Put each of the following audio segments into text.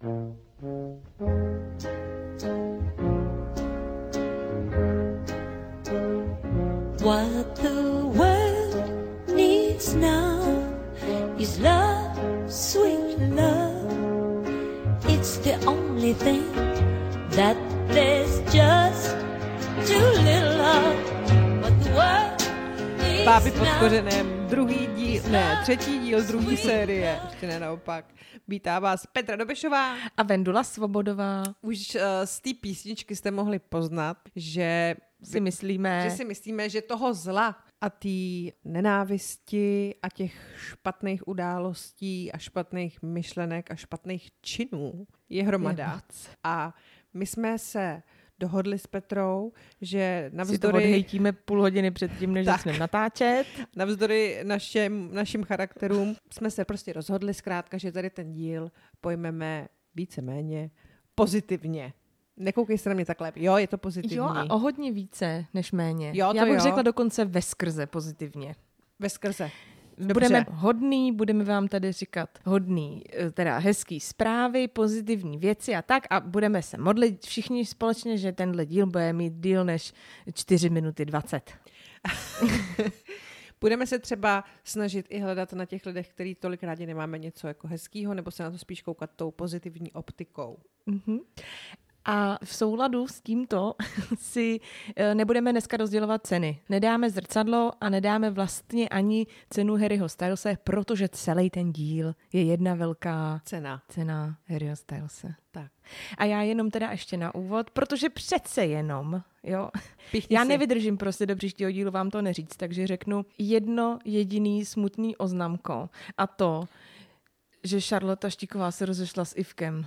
What the world needs now is love, sweet love. It's the only thing that there's just too little of. What the world needs Báby pod kořenem, třetí díl druhé série, ještě ne naopak. Vítá vás Petra Dobešová a Vendula Svobodová. Už z té písničky jste mohli poznat, že si myslíme, že toho zla a té nenávisti a těch špatných událostí a špatných myšlenek a špatných činů je hromada. A my jsme se dohodli s Petrou, že navzdory... Si to odhejtíme půl hodiny předtím, než začneme natáčet. Navzdory našim charakterům jsme se prostě rozhodli zkrátka, že tady ten díl pojmeme víceméně pozitivně. Nekoukej se na mě takhle. Jo, je to pozitivní. Jo, a o hodně více než méně. Jo, já bych řekla dokonce veskrze pozitivně. Veskrze. Dobře. Budeme hodný, budeme vám tady říkat hodný, teda hezký zprávy, pozitivní věci a tak a budeme se modlit všichni společně, že tenhle díl bude mít díl než 4 minuty 20. Budeme se třeba snažit i hledat na těch lidech, který tolik rádi nemáme něco jako hezkýho, nebo se na to spíš koukat tou pozitivní optikou. Mhm. A v souladu s tímto si nebudeme dneska rozdělovat ceny. Nedáme zrcadlo a nedáme vlastně ani cenu Harryho Stylese, protože celý ten díl je jedna velká cena Harryho Stylese. Tak. A já jenom teda ještě na úvod, protože přece jenom, jo, já nevydržím prostě do příštího dílu vám to neříct, takže řeknu jedno jediný smutný oznámko a to, že Charlotte Štíková se rozešla s Ivkem.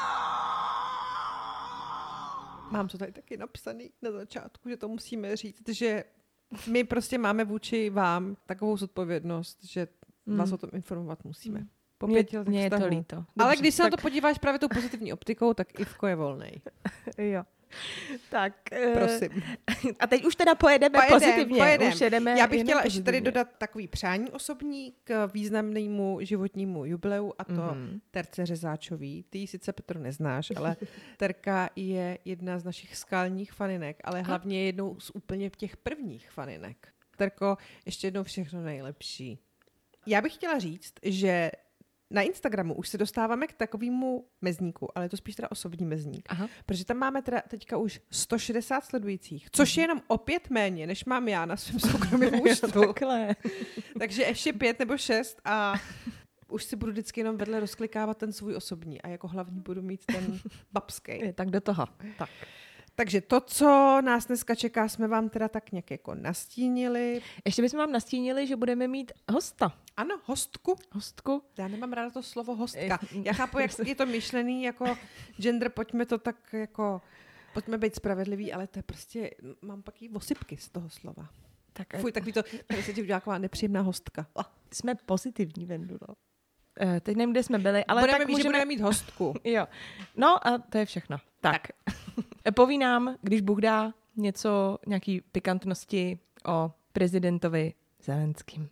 Mám to tady taky napsaný na začátku, že to musíme říct, že my prostě máme vůči vám takovou zodpovědnost, že vás o tom informovat musíme. Po 5 letech Mně je vztahu. to líto. Dobře, ale když se na to podíváš právě tou pozitivní optikou, tak Ivko je volnej. Jo. Tak. Prosím. A teď už teda pojedeme pozitivně. Už jedeme, já bych chtěla ještě tady dodat takový přání osobní k významnému životnímu jubileu a to Terce Řezáčový. Ty ji sice, Petro, neznáš, ale Terka je jedna z našich skalních faninek, ale hlavně je jednou z úplně těch prvních faninek. Terko, ještě jednou všechno nejlepší. Já bych chtěla říct, že na Instagramu už se dostáváme k takovému mezníku, ale je to spíš teda osobní mezník. Aha. Protože tam máme teda teďka už 160 sledujících, což je jenom o 5 méně, než mám já na svém soukromém účtu. Takže ještě 5 nebo 6 a už si budu vždycky jenom vedle rozklikávat ten svůj osobní a jako hlavní budu mít ten babský. Tak do toho. Tak. Takže to, co nás dneska čeká, jsme vám teda tak nějak jako nastínili. Ještě bychom vám nastínili, že budeme mít hosta. Ano, hostku. Hostku. Já nemám ráda to slovo hostka. Já chápu, jak je to myšlený jako gender, pojďme to tak jako, pojďme být spravedliví, ale to je prostě, mám pak i osypky z toho slova. Tak, fuj, takový to, tady se ti udělá taková nepříjemná hostka. Jsme pozitivní, Vendulo. Teď nevím, kde jsme byli, ale budeme tak mít, že budeme mít hostku. Jo. No a to je všechno. Tak. Poví nám, když Bůh dá nějaký pikantnosti o prezidentovi Zelenským.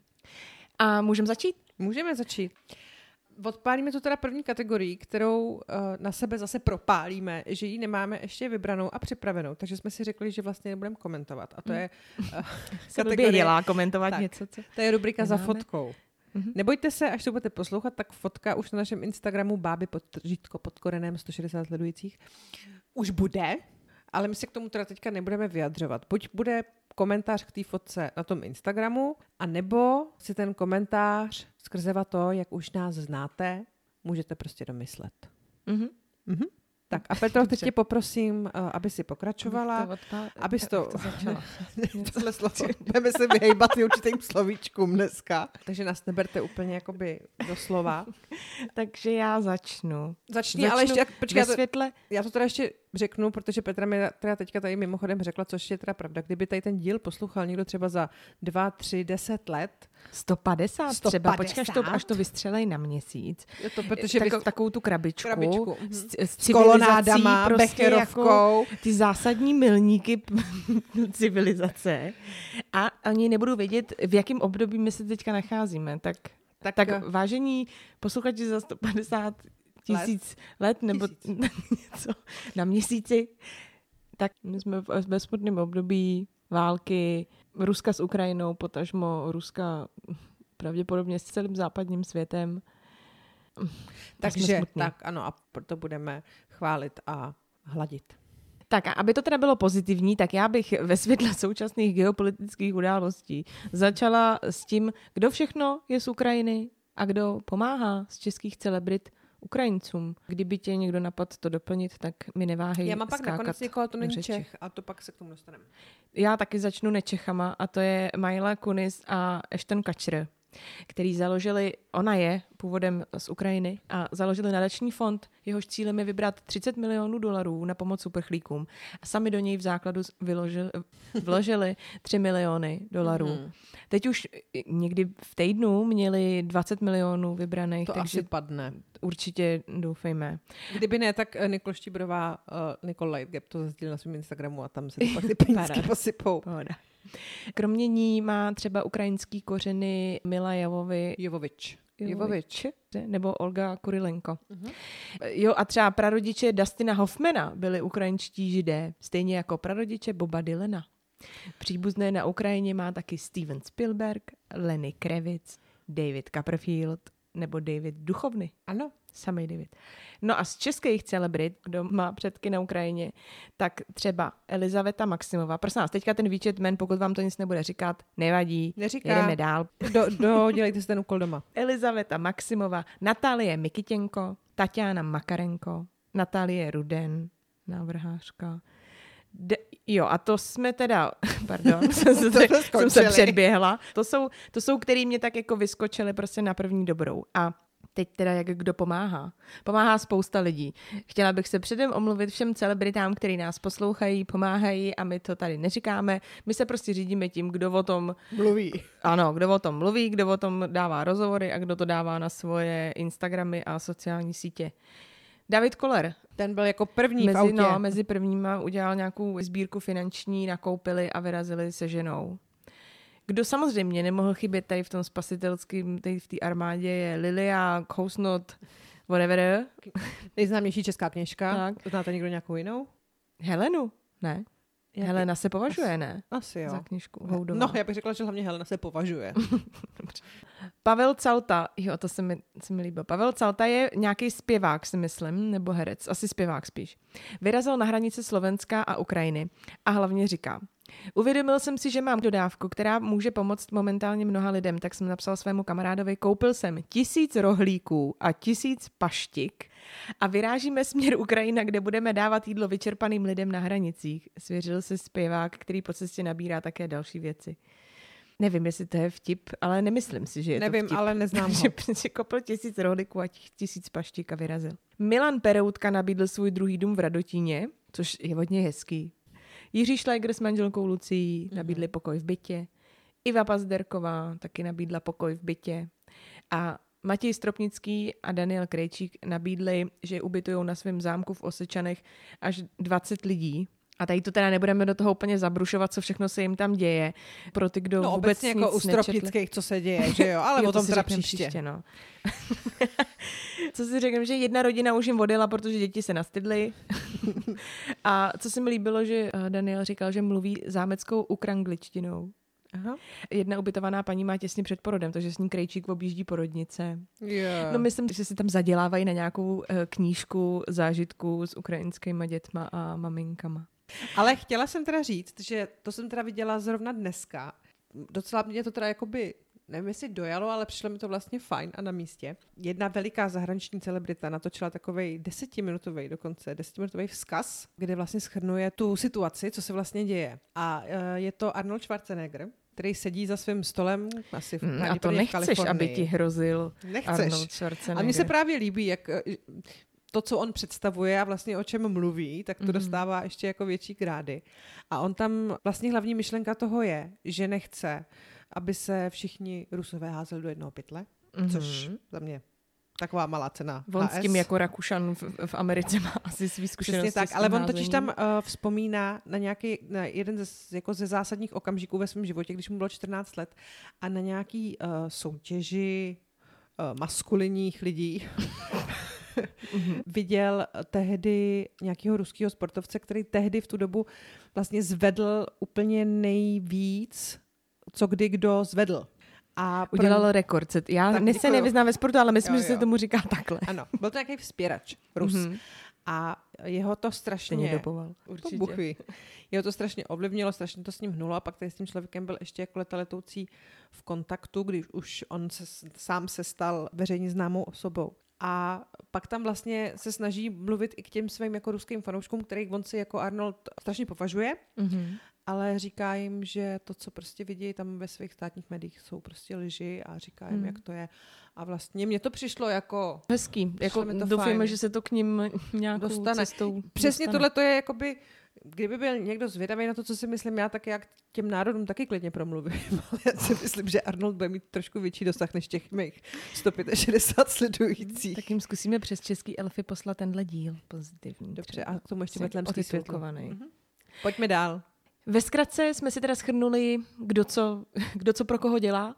A můžeme začít? Můžeme začít. Odpálíme to teda první kategorii, kterou na sebe zase propálíme, že ji nemáme ještě vybranou a připravenou, takže jsme si řekli, že vlastně nebudeme komentovat. A to je kategorie... dělá komentovat tak, něco, co... To je rubrika nemáme. Za fotkou. Nebojte se, až to budete poslouchat, tak fotka už na našem Instagramu Báby pod korenem 160 sledujících už bude, ale my se k tomu teda teďka nebudeme vyjadřovat. Buď bude komentář k té fotce na tom Instagramu, anebo si ten komentář skrze to, jak už nás znáte, můžete prostě domyslet. Tak a Petro, teď tě poprosím, aby si pokračovala, abys to začala. Tohle slovo, budeme se vyhejbat určitým slovíčkům dneska, takže nás neberte úplně jakoby do slova. Takže já začnu. Začni, ale ještě, počkej, já to teda ještě řeknu, protože Petra mi teda teďka tady mimochodem řekla, což je teda pravda. Kdyby tady ten díl poslouchal někdo třeba za 2, 3, 10 let. 150 třeba, počkej, až to vystřelej na měsíc. Je to, protože takovou tu krabičku s kolonádama, prostě becherovkou. Jako ty zásadní milníky civilizace. A oni nebudou vědět, v jakém období my se teďka nacházíme. Tak vážení posluchači za 150 1000 let nebo něco na měsíci, tak my jsme ve smutném období války Ruska s Ukrajinou, potažmo Ruska pravděpodobně s celým západním světem. Takže tak ano, a proto budeme chválit a hladit. Tak a aby to teda bylo pozitivní, tak já bych ve světle současných geopolitických událostí začala s tím, kdo všechno je z Ukrajiny a kdo pomáhá z českých celebrit Ukrajincům. Kdyby tě někdo napadl to doplnit, tak mi neváhej. Já mám pak nakonec někoho, to není Čech, a to pak se k tomu dostaneme. Já taky začnu nečechama a to je Mila Kunis a Ashton Kutcher, který založili, ona je původem z Ukrajiny a založili nadační fond, jehož cílem je vybrat $30 milionů na pomoc uprchlíkům. A sami do něj v základu vložili $3 miliony. Teď už někdy v týdnu měli 20 milionů vybraných. To takže asi padne. Určitě doufejme. Kdyby ne, tak Nikol Štíbrová, Nicole Lightgap to zazdílil na svém Instagramu a tam se pak ty penízky posypou. Pohoda. Kromě ní má třeba ukrajinský kořeny Mila Jovovič nebo Olga Kurilenko. Jo, a třeba prarodiče Dustina Hoffmana byli ukrajinští Židé, stejně jako prarodiče Boba Dylana. Příbuzné na Ukrajině má taky Steven Spielberg, Lenny Kravitz, David Copperfield nebo David Duchovny. Ano. Samej David. No a z českých celebrit, kdo má předky na Ukrajině, tak třeba Elizaveta Maximová. Prosím vás, teďka ten výčet jmen, pokud vám to nic nebude říkat, nevadí. Neříká. Jedeme dál. Dělejte si ten úkol doma. Elizaveta Maximová, Natálie Mikytěnko, Tatiana Makarenko, Natálie Ruden, návrhářka. Jo, a to jsme teda, pardon, jsem se předběhla. To jsou, který mě tak jako vyskočily prostě na první dobrou. A teď teda jak kdo pomáhá. Pomáhá spousta lidí. Chtěla bych se předem omluvit všem celebritám, který nás poslouchají, pomáhají a my to tady neříkáme. My se prostě řídíme tím, kdo o tom mluví. Ano, kdo o tom mluví, kdo o tom dává rozhovory a kdo to dává na svoje Instagramy a sociální sítě. David Koller. Ten byl jako první v autě. No, mezi prvníma udělal nějakou sbírku finanční, nakoupili a vyrazili se ženou. Kdo samozřejmě nemohl chybět tady v tom spasitelském, tady v té armádě je Lilia Kousnot, whatever. Nejznámější česká kněžka. Tak. Znáte někdo nějakou jinou? Helenu? Ne. Helena se považuje, ne? Asi jo. Za kněžku Houdová. No, já bych řekla, že hlavně Helena se považuje. Dobře. Pavel Calta, jo, to se mi líbilo. Pavel Calta je nějaký zpěvák, si myslím, nebo herec, asi zpěvák spíš. Vyrazil na hranici Slovenska a Ukrajiny a hlavně říká: uvědomil jsem si, že mám dodávku, která může pomoct momentálně mnoha lidem, tak jsem napsal svému kamarádovi, koupil jsem 1000 rohlíků a 1000 paštik a vyrážíme směr Ukrajina, kde budeme dávat jídlo vyčerpaným lidem na hranicích. Svěřil se zpěvák, který po cestě nabírá také další věci. Nevím, jestli to je vtip, ale nemyslím si, že je to vtip. Nevím, ale neznám ho. Že koupil 1000 rohlíků a 1000 paštik a vyrazil. Milan Peroutka nabídl svůj druhý dům v Radotíně, což je hodně hezký. Jiří Šlégr s manželkou Lucií nabídli pokoj v bytě. Iva Pazderková taky nabídla pokoj v bytě. A Matěj Stropnický a Daniel Krejčík nabídli, že ubytujou na svém zámku v Osečanech až 20 lidí. A tady to teda nebudeme do toho úplně zabrušovat, co všechno se jim tam děje. Pro ty, kdo vůbec nic jako u Stropnických, co se děje, že jo? Ale jo, o tom teda příště. No. Co si řekneme, že jedna rodina už jim odjela, protože děti se nastydly. A co se mi líbilo, že Daniel říkal, že mluví zámeckou ukrangličtinou. Aha. Jedna ubytovaná paní má těsně před porodem, takže s ní Krejčík objíždí porodnice. Yeah. No myslím, že si tam zadělávají na nějakou knížku zážitků s ukrajinskými dětma a maminkama. Ale chtěla jsem teda říct, že to jsem teda viděla zrovna dneska. Docela mě to teda jakoby, nevím jestli dojalo, ale přišlo mi to vlastně fajn a na místě. Jedna veliká zahraniční celebrita natočila takovej 10minutový vzkaz, kde vlastně shrnuje tu situaci, co se vlastně děje. A je to Arnold Schwarzenegger, který sedí za svým stolem asi v A to nechceš, aby ti hrozil nechceš. Arnold Schwarzenegger. A mně se právě líbí, jak to, co on představuje a vlastně o čem mluví, tak to dostává ještě jako větší grády. A on tam vlastně hlavní myšlenka toho je, že nechce, aby se všichni Rusové házeli do jednoho pytle, což za mě taková malá cena. On s tím jako Rakušan v Americe má asi svý zkušenosti. Přesně tak, ale on totiž tam vzpomíná na jeden ze zásadních okamžiků ve svém životě, když mu bylo 14 let a na nějaký soutěži maskulinních lidí viděl tehdy nějakého ruského sportovce, který tehdy v tu dobu vlastně zvedl úplně nejvíc, co kdy kdo zvedl. A udělal rekord. Já se nevyznám ve sportu, ale myslím, že se tomu říká takhle. Ano, byl to nějaký vzpěrač, Rus. A jeho to strašně... Určitě. Jeho to strašně ovlivnilo, strašně to s ním hnulo a pak tady s tím člověkem byl ještě jako letoucí v kontaktu, když už on sám se stal veřejně známou osobou. A pak tam vlastně se snaží mluvit i k těm svým jako ruským fanouškům, kterých on si jako Arnold strašně považuje, ale říká jim, že to, co prostě vidí tam ve svých státních médiích, jsou prostě lži a říká jim, jak to je. A vlastně mně to přišlo jako... Hezký. Jako doufujeme, že se to k ním nějakou dostane. Cestou Přesně dostane. Tohle to je jakoby... Kdyby byl někdo zvědavý na to, co si myslím já, tak já k těm národům taky klidně promluvím. Ale já si myslím, že Arnold bude mít trošku větší dosah než těch mých 165 sledujících. Tak jim zkusíme přes český elfy poslat tenhle díl pozitivní. Dobře, a k tomu ještě betlémský světlo. Pojďme dál. Ve zkratce jsme si teda shrnuli, kdo co pro koho dělá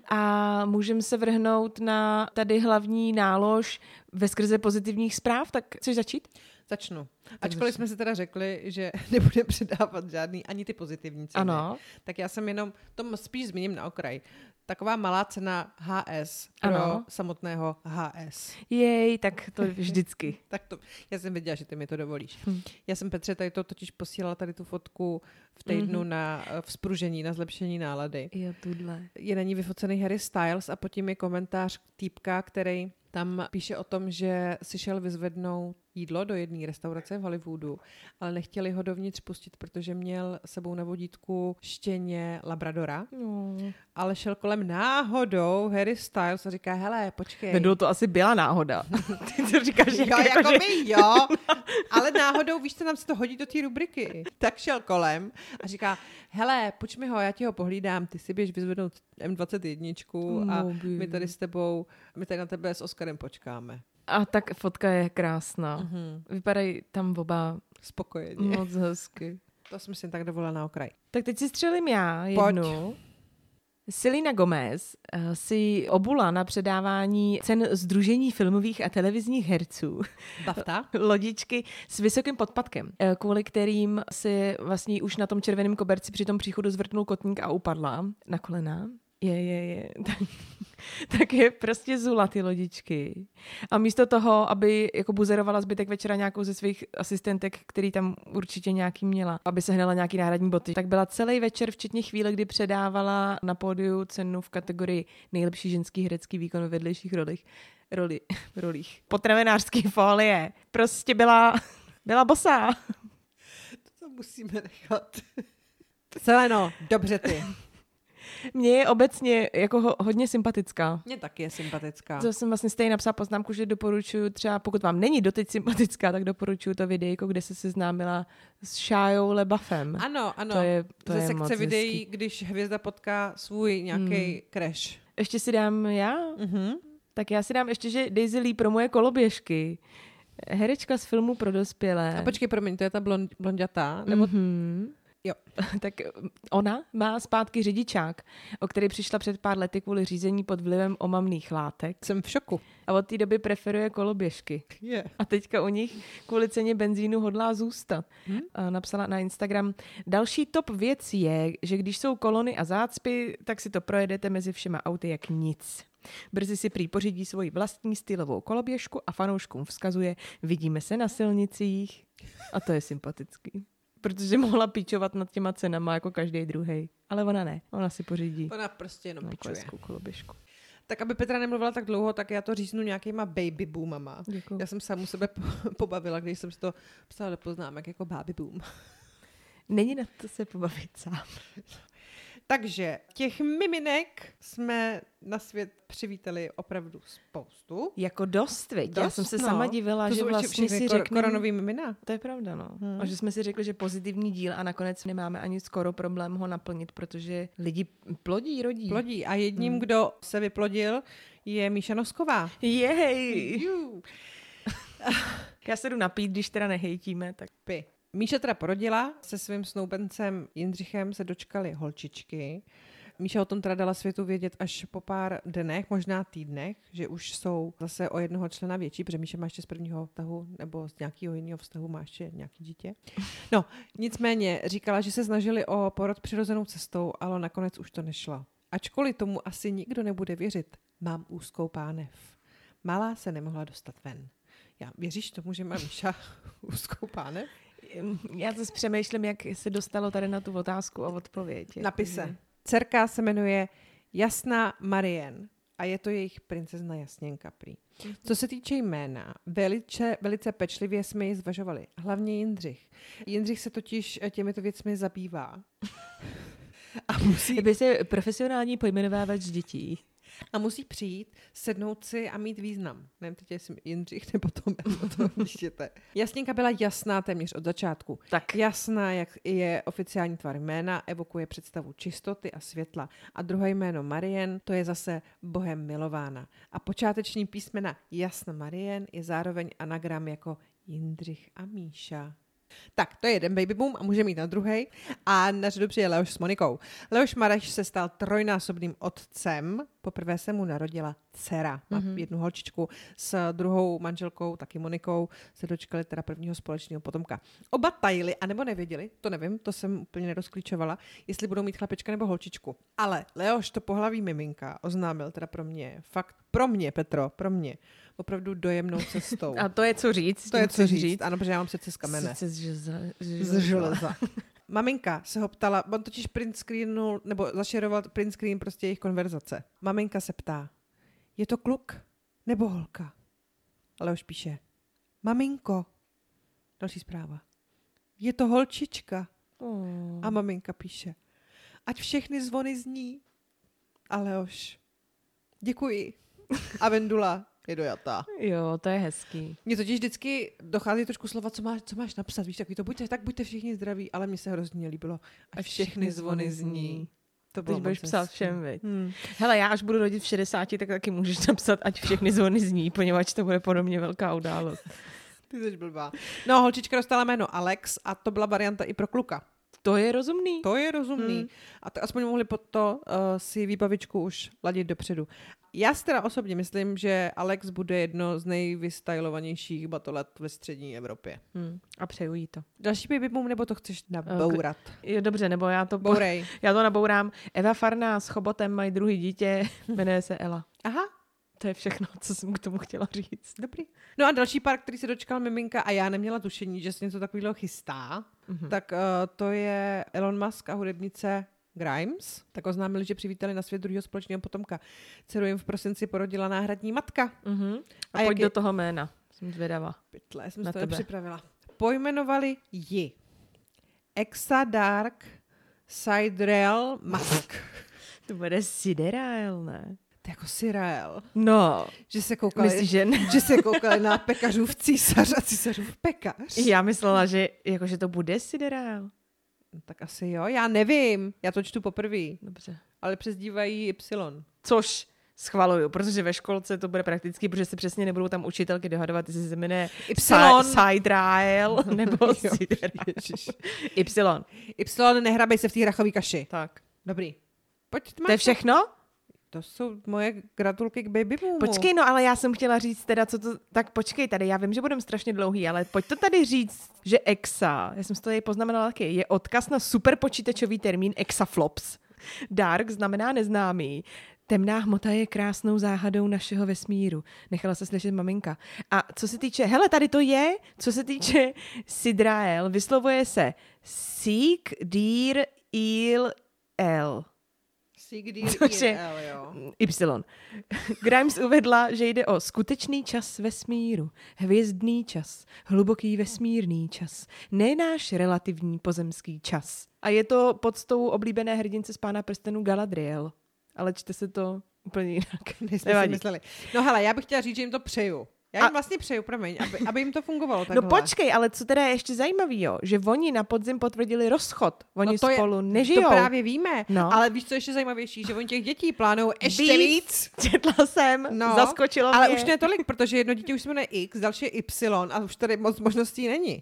a můžeme se vrhnout na tady hlavní nálož ve skrze pozitivních zpráv. Tak chceš začít? Začnu. Ačkoliv jsme si teda řekli, že nebudeme předávat žádný ani ty pozitivní ceny. Ano. Tak já jsem jenom, to spíš zmíním na okraj, taková malá cena HS pro samotného HS. Jej, tak to vždycky. Tak to, já jsem věděla, že ty mi to dovolíš. Já jsem Petře tady to totiž posílala tady tu fotku v týdnu na vzpružení, na zlepšení nálady. Jo, tuhle. Je na ní vyfocený Harry Styles a pod tím je komentář týpka, který tam píše o tom, že si šel vyzvednout jídlo do jedné restaurace v Hollywoodu, ale nechtěli ho dovnitř pustit, protože měl sebou na vodítku štěně labradora, ale šel kolem náhodou Harry Styles a říká, hele, počkej. Vedlo to asi byla náhoda. Ty to říkáš, jo, ale náhodou, víš co, nám se to hodí do té rubriky. Tak šel kolem a říká, hele, pojď mi ho, já ti ho pohlídám, ty si běž vyzvednout M21 a my tady s tebou, my tady na tebe s Oscarem počkáme. A tak fotka je krásná. Vypadají tam oba spokojeně. Moc hezky. To jsem si tak dovolila na okraj. Tak teď si střelím já jednu. Pojď. Selena Gomez si obula na předávání cen Sdružení filmových a televizních herců. BAFTA? Lodičky s vysokým podpatkem, kvůli kterým si vlastně už na tom červeném koberci při tom příchodu zvrtnul kotník a upadla na kolena. Je. Tak je prostě zula ty lodičky. A místo toho, aby jako buzerovala zbytek večera nějakou ze svých asistentek, který tam určitě nějaký měla, aby se hnala nějaký náhradní boty, tak byla celý večer, včetně chvíle, kdy předávala na pódiu cenu v kategorii nejlepší ženský herecký výkon ve vedlejších rolích. Potravinářský folie. Prostě byla bosá. To musíme nechat. Seleno, dobře ty. Mně je obecně jako hodně sympatická. Mně taky je sympatická. To jsem vlastně stejně napsala poznámku, že doporučuji třeba, pokud vám není doteď sympatická, tak doporučuji to videjko, kde se seznámila s Shiou LaBeoufem. Ano. To ze je sekce videí, když hvězda potká svůj nějaký crash. Ještě si dám já? Tak já si dám ještě, že Daisy Lee promuje koloběžky. Herečka z filmu pro dospělé. A počkej, promiň, to je ta blonďatá? Nebo... Jo. Tak ona má zpátky řidičák, o který přišla před pár lety kvůli řízení pod vlivem omamných látek. Jsem v šoku. A od té doby preferuje koloběžky. A teďka u nich kvůli ceně benzínu hodlá zůstat. A napsala na Instagram, další top věc je, že když jsou kolony a zácpy, tak si to projedete mezi všema auty jak nic. Brzy si prý pořídí svoji vlastní stylovou koloběžku a fanouškům vzkazuje, vidíme se na silnicích. A to je sympatický. Protože mohla píčovat nad těma cenama jako každý druhej. Ale ona ne. Ona si pořídí. Ona prostě jenom píčuje. Koloběžku. Tak aby Petra nemluvila tak dlouho, tak já to říznu nějakýma baby boomama. Děkuju. Já jsem samu sebe pobavila, když jsem si to psala do poznámek jako baby boom. Není na to se pobavit sám. Takže těch miminek jsme na svět přivítali opravdu spoustu. Jako dost, viď? Já jsem se sama divila, že vlastně si řekneme... koronový mimina. To je pravda, no. A že jsme si řekli, že pozitivní díl a nakonec nemáme ani skoro problém ho naplnit, protože lidi rodí. Plodí a jedním, kdo se vyplodil, je Míša Nosková. Jej! Já se jdu napít, když teda nehejtíme, tak... Míša teda porodila, se svým snoubencem Jindřichem se dočkali holčičky. Míša o tom teda dala světu vědět až po pár dnech, možná týdnech, že už jsou zase o jednoho člena větší, protože Míša má ještě z prvního vztahu nebo z nějakého jiného vztahu má ještě nějaký dítě. No, nicméně říkala, že se snažili o porod přirozenou cestou, ale nakonec už to nešlo. Ačkoliv tomu asi nikdo nebude věřit, mám úzkou pánev. Malá se nemohla dostat ven. Já věříš tomu, že má Míša úzkou pánev? Já to přemýšlím, jak se dostalo tady na tu otázku a odpověď. Napise. Dcerka se jmenuje Jasná Marien a je to jejich princezna Jasněnka prý. Co se týče jména, velice pečlivě jsme ji zvažovali. Hlavně Jindřich. Jindřich se totiž těmito věcmi zabývá. A musí... By se profesionální pojmenovávač dětí. A musí přijít, sednout si a mít význam. Nevím teď, jestli Jindřich nebo to dítěte. Jasněnka byla jasná téměř od začátku. Tak. Jasná, jak je oficiální tvar jména, evokuje představu čistoty a světla. A druhé jméno Marien, to je zase Bohem milována. A počáteční písmena Jasná Marien je zároveň anagram jako Jindřich a Míša. Tak, to je jeden baby boom a můžeme jít na druhej. A na řadu přijde Leoš s Monikou. Leoš Mareš se stal trojnásobným otcem. Poprvé se mu narodila dcera. Má jednu holčičku s druhou manželkou, taky Monikou, se dočkali teda prvního společného potomka. Oba tajili, anebo nevěděli, to nevím, to jsem úplně nerozklíčovala, jestli budou mít chlapečka nebo holčičku. Ale Leoš to pohlaví miminka oznámil teda pro mě, Petro, opravdu dojemnou cestou. A to je co říct. To je co říct. Ano, protože já mám srdce z kamene. Srdce Z železa. Maminka se ho ptala, on totiž print screenul, nebo zašeroval print screen prostě jejich konverzace. Maminka se ptá, je to kluk nebo holka? Leoš píše, maminko, další zpráva, je to holčička. A maminka píše, ať všechny zvony zní. A Leoš, děkuji. A Vendula je dojatá. Jo, to je hezký. Mně totiž vždycky dochází trošku slova, co máš napsat, víš, takový to, buďte všichni zdraví, ale mně se hrozně líbilo. Ať všechny zvony zní. To teď budeš psát všem, viď? Hele, já až budu rodit v 60, tak taky můžeš napsat, ať všechny zvony zní, poněvadž to bude podobně velká událost. Ty jsi blbá. No, holčička dostala jméno Alex a to byla varianta i pro kluka. To je rozumný. A to aspoň mohli pod to si výbavičku už ladit dopředu. Já si teda osobně myslím, že Alex bude jedno z nejvystylovanějších batolet ve střední Evropě. A přeju jí to. Další baby boom, nebo to chceš nabourat? Jo, dobře, nebo já to Bourej. Já to nabourám. Eva Farná s Chobotem mají druhý dítě, jmenuje se Ela. Aha. To je všechno, co jsem k tomu chtěla říct. Dobrý. No a další pár, který se dočkal miminka a já neměla tušení, že se něco takového chystá, tak to je Elon Musk a hudebnice Grimes. Tak oznámili, že přivítali na svět druhého společného potomka. Dceru jim v prosinci porodila náhradní matka. A pojď do toho jména. Jsem zvědavá. Pytle, jsem to nepřipravila. Pojmenovali ji Exa Dark Sidrael Musk. To bude Sidrael, ne? To je jako Sidrael. No. Že se koukali, myslíš, že se koukali na pekařův císař a císařův pekař. Já myslela, že to bude Sidrael. Tak asi jo, já nevím. Já to čtu poprvé. Dobře. Ale přezdívají Y. Což schvaluju, protože ve školce to bude prakticky, protože se přesně nebudou tam učitelky dohadovat, jestli se jmenuje Sidrael nebo Sidrael. Y. Y, nehrabej se v té hrachový kaši. Tak. Dobrý. Pojď, to je všechno? To jsou moje gratulky k baby boomu. Počkej, no ale já jsem chtěla říct teda, co to... Tak počkej tady, já vím, že budeme strašně dlouhý, ale pojď to tady říct, že exa, já jsem si to tady poznamenala taky, je odkaz na superpočítačový termín exaflops. Dark znamená neznámý. Temná hmota je krásnou záhadou našeho vesmíru. Nechala se slyšet maminka. A co se týče, hele, tady to je, co se týče Sidrael, vyslovuje se Sik, Dir, Il, L. Y. Grimes uvedla, že jde o skutečný čas vesmíru, hvězdný čas, hluboký vesmírný čas, ne náš relativní pozemský čas. A je to podstou oblíbené hrdince z Pána prstenů Galadriel. Ale čte se to úplně jinak. Nevadí. No hele, já bych chtěla říct, že jim to přeju. Já jim vlastně přeju, promiň, aby jim to fungovalo takhle. No počkej, ale co teda je ještě zajímavýho, že oni na podzim potvrdili rozchod. Oni spolu nežijou. To právě víme, ale víš, co ještě zajímavější, že oni těch dětí plánují ještě víc. Četla jsem, zaskočilo ale mě. už ne tolik, protože jedno dítě už se jmenuje X, další je Y a už tady moc možností není.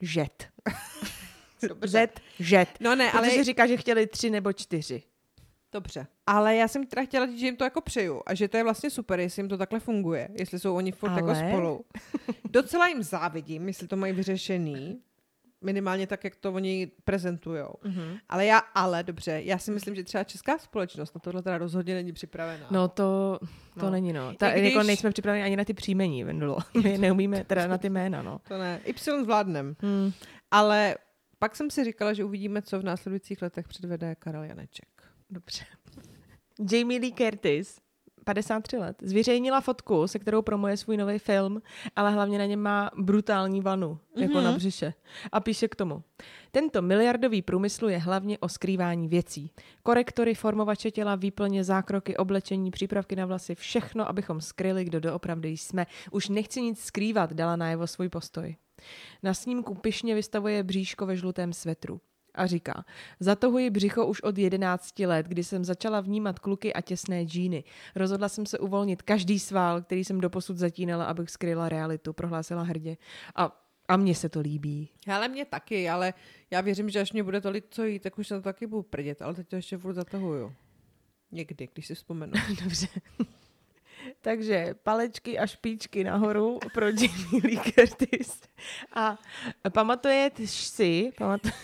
Žet. No ne, ale protože říká, že chtěli 3 nebo 4. Dobře. Ale já jsem teda chtěla říct, že jim to jako přeju a že to je vlastně super, jestli jim to takhle funguje, jestli jsou oni furt jako spolu. Docela jim závidím, jestli to mají vyřešený. Minimálně tak, jak to oni prezentujou. Mm-hmm. Ale dobře, já si myslím, že třeba česká společnost na tohle teda rozhodně není připravená. No to není, no. Jako nejsme připraveni ani na ty příjmení, Vendulo. My neumíme teda na ty jména, no. To ne. Y zvládnem. Ale pak jsem si říkala, že uvidíme, co v následujících letech předvede Karel Janeček. Dobře. Jamie Lee Curtis, 53 let, zveřejnila fotku, se kterou promuje svůj nový film, ale hlavně na něm má brutální vanu, jako na břiše. A píše k tomu. Tento miliardový průmysl je hlavně o skrývání věcí. Korektory, formovače těla, výplně, zákroky, oblečení, přípravky na vlasy, všechno, abychom skryli, kdo doopravdy jsme. Už nechci nic skrývat, dala najevo svůj postoj. Na snímku pyšně vystavuje bříško ve žlutém svetru. A říká, zatahuji břicho už od 11 let, kdy jsem začala vnímat kluky a těsné džíny. Rozhodla jsem se uvolnit každý svál, který jsem doposud zatínala, abych skryla realitu, prohlásila hrdě. A mně se to líbí. Ale mě taky, ale já věřím, že až mě bude tolik co jít, tak už se to taky budu prdět, ale teď to ještě furt zatahuju. Někdy, když si vzpomenu. Dobře. Takže palečky a špičky nahoru pro Jamie Lee Curtis. A pamatujete si,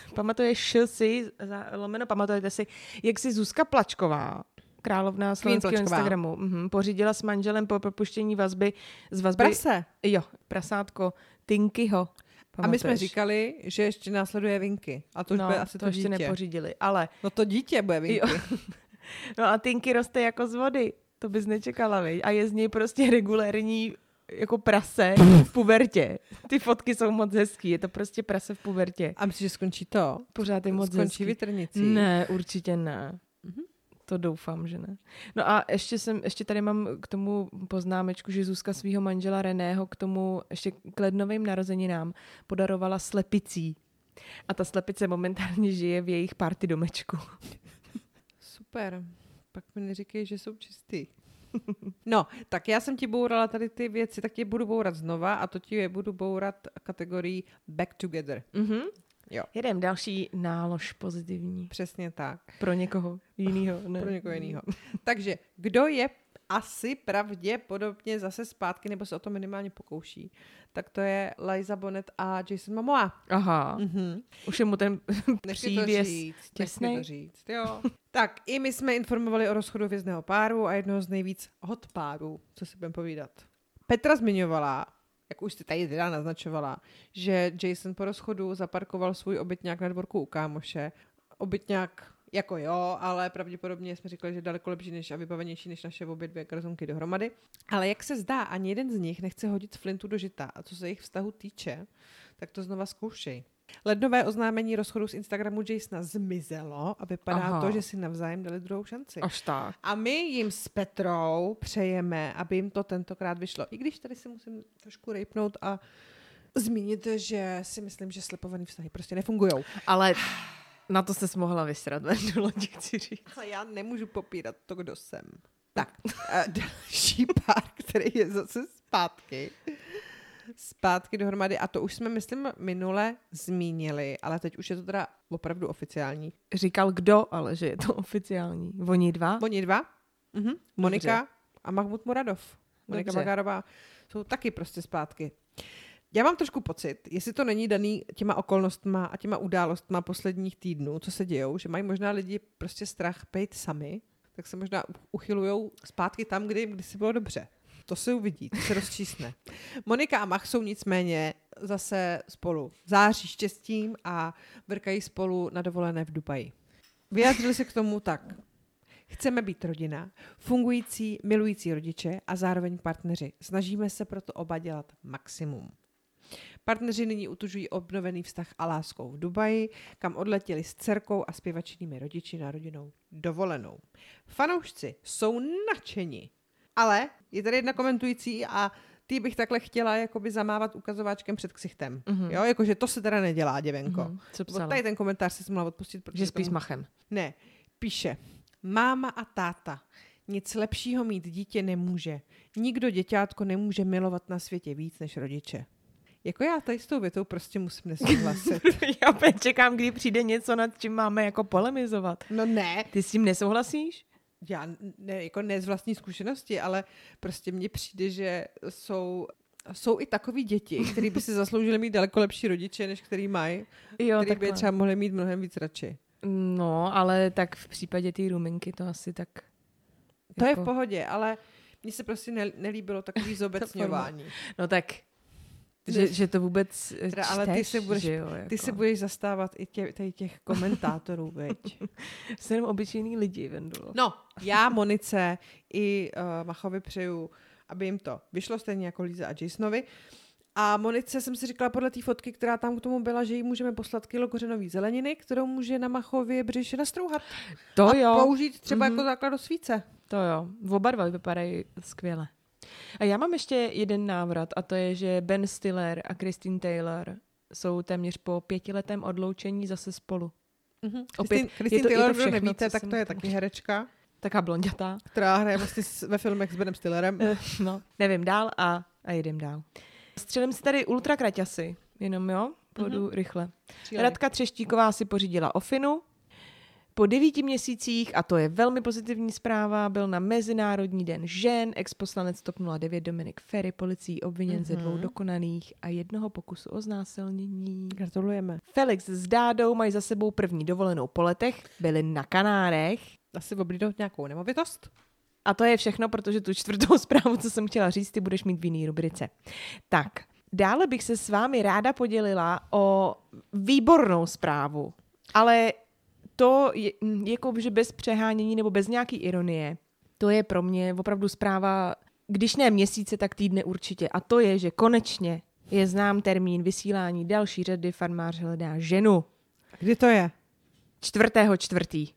pamatujete si, jak si Zuzka Plačková, královna slovenského Instagramu, pořídila s manželem po propuštění vazby z vazby... Prase. Jo, prasátko Tinkyho. A my jsme říkali, že ještě následuje Vinky. A to už bude asi to ještě dítě. Nepořídili, ale... No to dítě bude Vinky. No a Tinky roste jako z vody. To bys nečekala, viď? A je z něj prostě regulérní jako prase v pubertě. Ty fotky jsou moc hezký, je to prostě prase v pubertě. A myslíš, že skončí to? Pořád je moc skončí vytrnicí? Ne, určitě ne. To doufám, že ne. No a ještě tady mám k tomu poznámečku, že Zuzka svého manžela Reného k tomu ještě k lednovým narozeninám podarovala slepicí. A ta slepice momentálně žije v jejich party domečku. Super. Pak mi neříkej, že jsou čistý. No, tak já jsem ti bourala tady ty věci, tak ti budu bourat znova a to ti budu bourat kategorii Back Together. Mm-hmm. Jo. Jedem další nálož pozitivní. Přesně tak. Pro někoho jinýho. Ne. Pro někoho jinýho. Takže kdo je asi pravděpodobně zase zpátky, nebo se o to minimálně pokouší, tak to je Liza Bonet a Jason Momoa. Aha. Už je mu ten přívěs těsnej. Nechci to říct, jo. Tak i my jsme informovali o rozchodu hvězdného páru a jednoho z nejvíc hot párů, co si budeme povídat. Petra zmiňovala, jak už si tady teda naznačovala, že Jason po rozchodu zaparkoval svůj obytňák na dvorku u kámoše. Obytňák jako jo, ale pravděpodobně jsme říkali, že daleko lepší a vybavenější než naše obě dvě garzonky dohromady. Ale jak se zdá, ani jeden z nich nechce hodit flintu do žita. A co se jejich vztahu týče, tak to znova zkoušej. Lednové oznámení rozchodu z Instagramu Jasona zmizelo a vypadá to, že si navzájem dali druhou šanci. Až tak. A my jim s Petrou přejeme, aby jim to tentokrát vyšlo. I když tady si musím trošku rejpnout a zmínit, že si myslím, že slepovaný vztahy prostě nefungujou. Ale na to ses mohla vysrat, Vendulo, ti chci říct. Já nemůžu popírat to, kdo jsem. Tak, další pár, který je zase zpátky dohromady a to už jsme, myslím, minule zmínili, ale teď už je to teda opravdu oficiální. Říkal kdo, ale že je to oficiální. Oni dva? Monika a Mahmud Muradov. Monika Magárová jsou taky prostě zpátky. Já mám trošku pocit, jestli to není daný těma okolnostma a těma událostma posledních týdnů, co se dějou, že mají možná lidi prostě strach být sami, tak se možná uchylujou zpátky tam, kdy si bylo dobře. To se uvidí, to se rozčísne. Monika a Mach jsou nicméně zase spolu. Září štěstím a vrkají spolu na dovolené v Dubaji. Vyjádřili se k tomu tak. Chceme být rodina, fungující, milující rodiče a zároveň partneři. Snažíme se proto oba dělat maximum. Partneři nyní utužují obnovený vztah a láskou v Dubaji, kam odletěli s dcerkou a zpěvačnými rodiči na rodinnou dovolenou. Fanoušci jsou nadšeni. Ale je tady jedna komentující a ty bych takhle chtěla jakoby zamávat ukazováčkem před ksichtem. Jo, jakože to se teda nedělá, děvenko. Co psala? Tady ten komentář se mohla odpustit. Že spí s Machem. Ne, píše. Máma a táta. Nic lepšího mít dítě nemůže. Nikdo děťátko nemůže milovat na světě víc než rodiče. Jako já tady s tou větou prostě musím nesouhlasit. Já opět čekám, kdy přijde něco, nad čím máme jako polemizovat. No ne. Ty s tím nesouhlasíš? Já ne z vlastní zkušenosti, ale prostě mně přijde, že jsou i takový děti, který by si zasloužili mít daleko lepší rodiče, než který mají, který by třeba mohli mít mnohem víc radši. No, ale tak v případě té ruminky to asi tak... To je v pohodě, ale mně se prostě nelíbilo takový zobecňování. No tak, že to vůbec čteš, ale ty se budeš zastávat i těch komentátorů, veď. Jsou jenom obyčejný lidi, Vendulo. No, já Monice i Machovi přeju, aby jim to vyšlo stejně jako Líze a Jasonovi. A Monice jsem si říkala podle té fotky, která tam k tomu byla, že jí můžeme poslat kilo kořenový zeleniny, kterou může na Machově břiše nastrouhat. To a jo. použít třeba jako základ do svíce. To jo. Oba dva vypadají skvěle. A já mám ještě jeden návrat a to je, že Ben Stiller a Christine Taylor jsou téměř po 5letém odloučení zase spolu. Mm-hmm. Christine Taylor, kdo nevíte, tak to je taky herečka. Taká blondětá. Která hraje vlastně ve filmech s Benem Stillerem. No, nevím dál a jedem dál. Střelím si tady ultra kraťasy, jenom jo, půjdu rychle. Radka Třeštíková si pořídila ofinu. Po 9 měsících, a to je velmi pozitivní zpráva, byl na Mezinárodní den žen ex-poslanec TOP 09 Dominik Feri policií obviněn ze 2 dokonaných a 1 pokusu o znásilnění. Gratulujeme. Felix s Dádou mají za sebou první dovolenou po letech, byli na Kanárech. Asi oblídnout nějakou nemovitost? A to je všechno, protože tu 4. zprávu, co jsem chtěla říct, ty budeš mít v jiný rubrice. Tak, dále bych se s vámi ráda podělila o výbornou zprávu, ale to je jako, že bez přehánění nebo bez nějaký ironie, to je pro mě opravdu zpráva, když ne měsíce, tak týdne určitě. A to je, že konečně je znám termín vysílání další řady Farmář hledá ženu. Kdy to je? 4.4.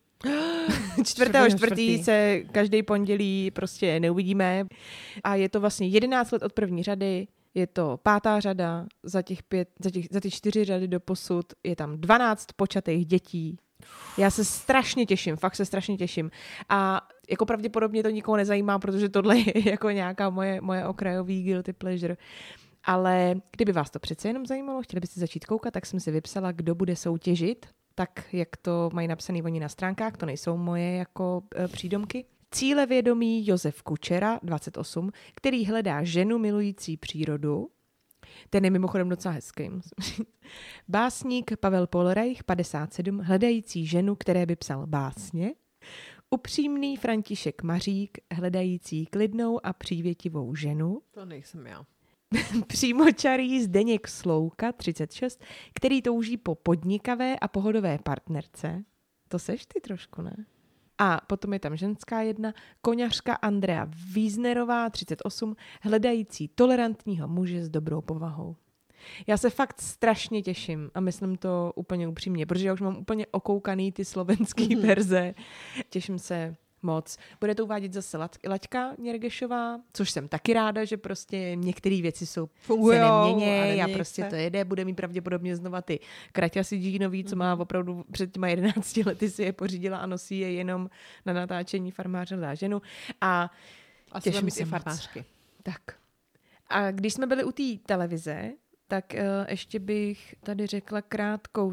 4.4. se každý pondělí prostě neuvidíme. A je to vlastně 11 let od první řady, je to 5. řada, za ty 4 řady doposud je tam 12 počatých dětí. Já se strašně těším, fakt se strašně těším. A jako pravděpodobně to nikoho nezajímá, protože tohle je jako nějaká moje okrajový guilty pleasure. Ale kdyby vás to přece jenom zajímalo, chtěli byste začít koukat, tak jsem si vypsala, kdo bude soutěžit, tak jak to mají napsaný oni na stránkách, to nejsou moje jako přídomky. Cílevědomý Josef Kučera, 28, který hledá ženu milující přírodu. Ten je mimochodem docela hezký, musím říct. Básník Pavel Polreich, 57, hledající ženu, které by psal básně. Upřímný František Mařík, hledající klidnou a přívětivou ženu. To nejsem já. Přímočarý Zdeněk Slouka, 36, který touží po podnikavé a pohodové partnerce. To seš ty trošku, ne? A potom je tam ženská jedna, koňařka Andrea Wiesnerová, 38, hledající tolerantního muže s dobrou povahou. Já se fakt strašně těším a myslím to úplně upřímně, protože já už mám úplně okoukaný ty slovenský verze. Těším se moc. Bude to uvádět zase Laďka Něrgešová, což jsem taky ráda, že prostě některé věci se neměnějí a prostě to jede. Bude mít pravděpodobně znova ty kraťasy džínový, co má opravdu před těma 11 lety si je pořídila a nosí je jenom na natáčení Farmáře hledá ženu. A těším se moc. Tak. A když jsme byli u té televize, tak ještě bych tady řekla krátkou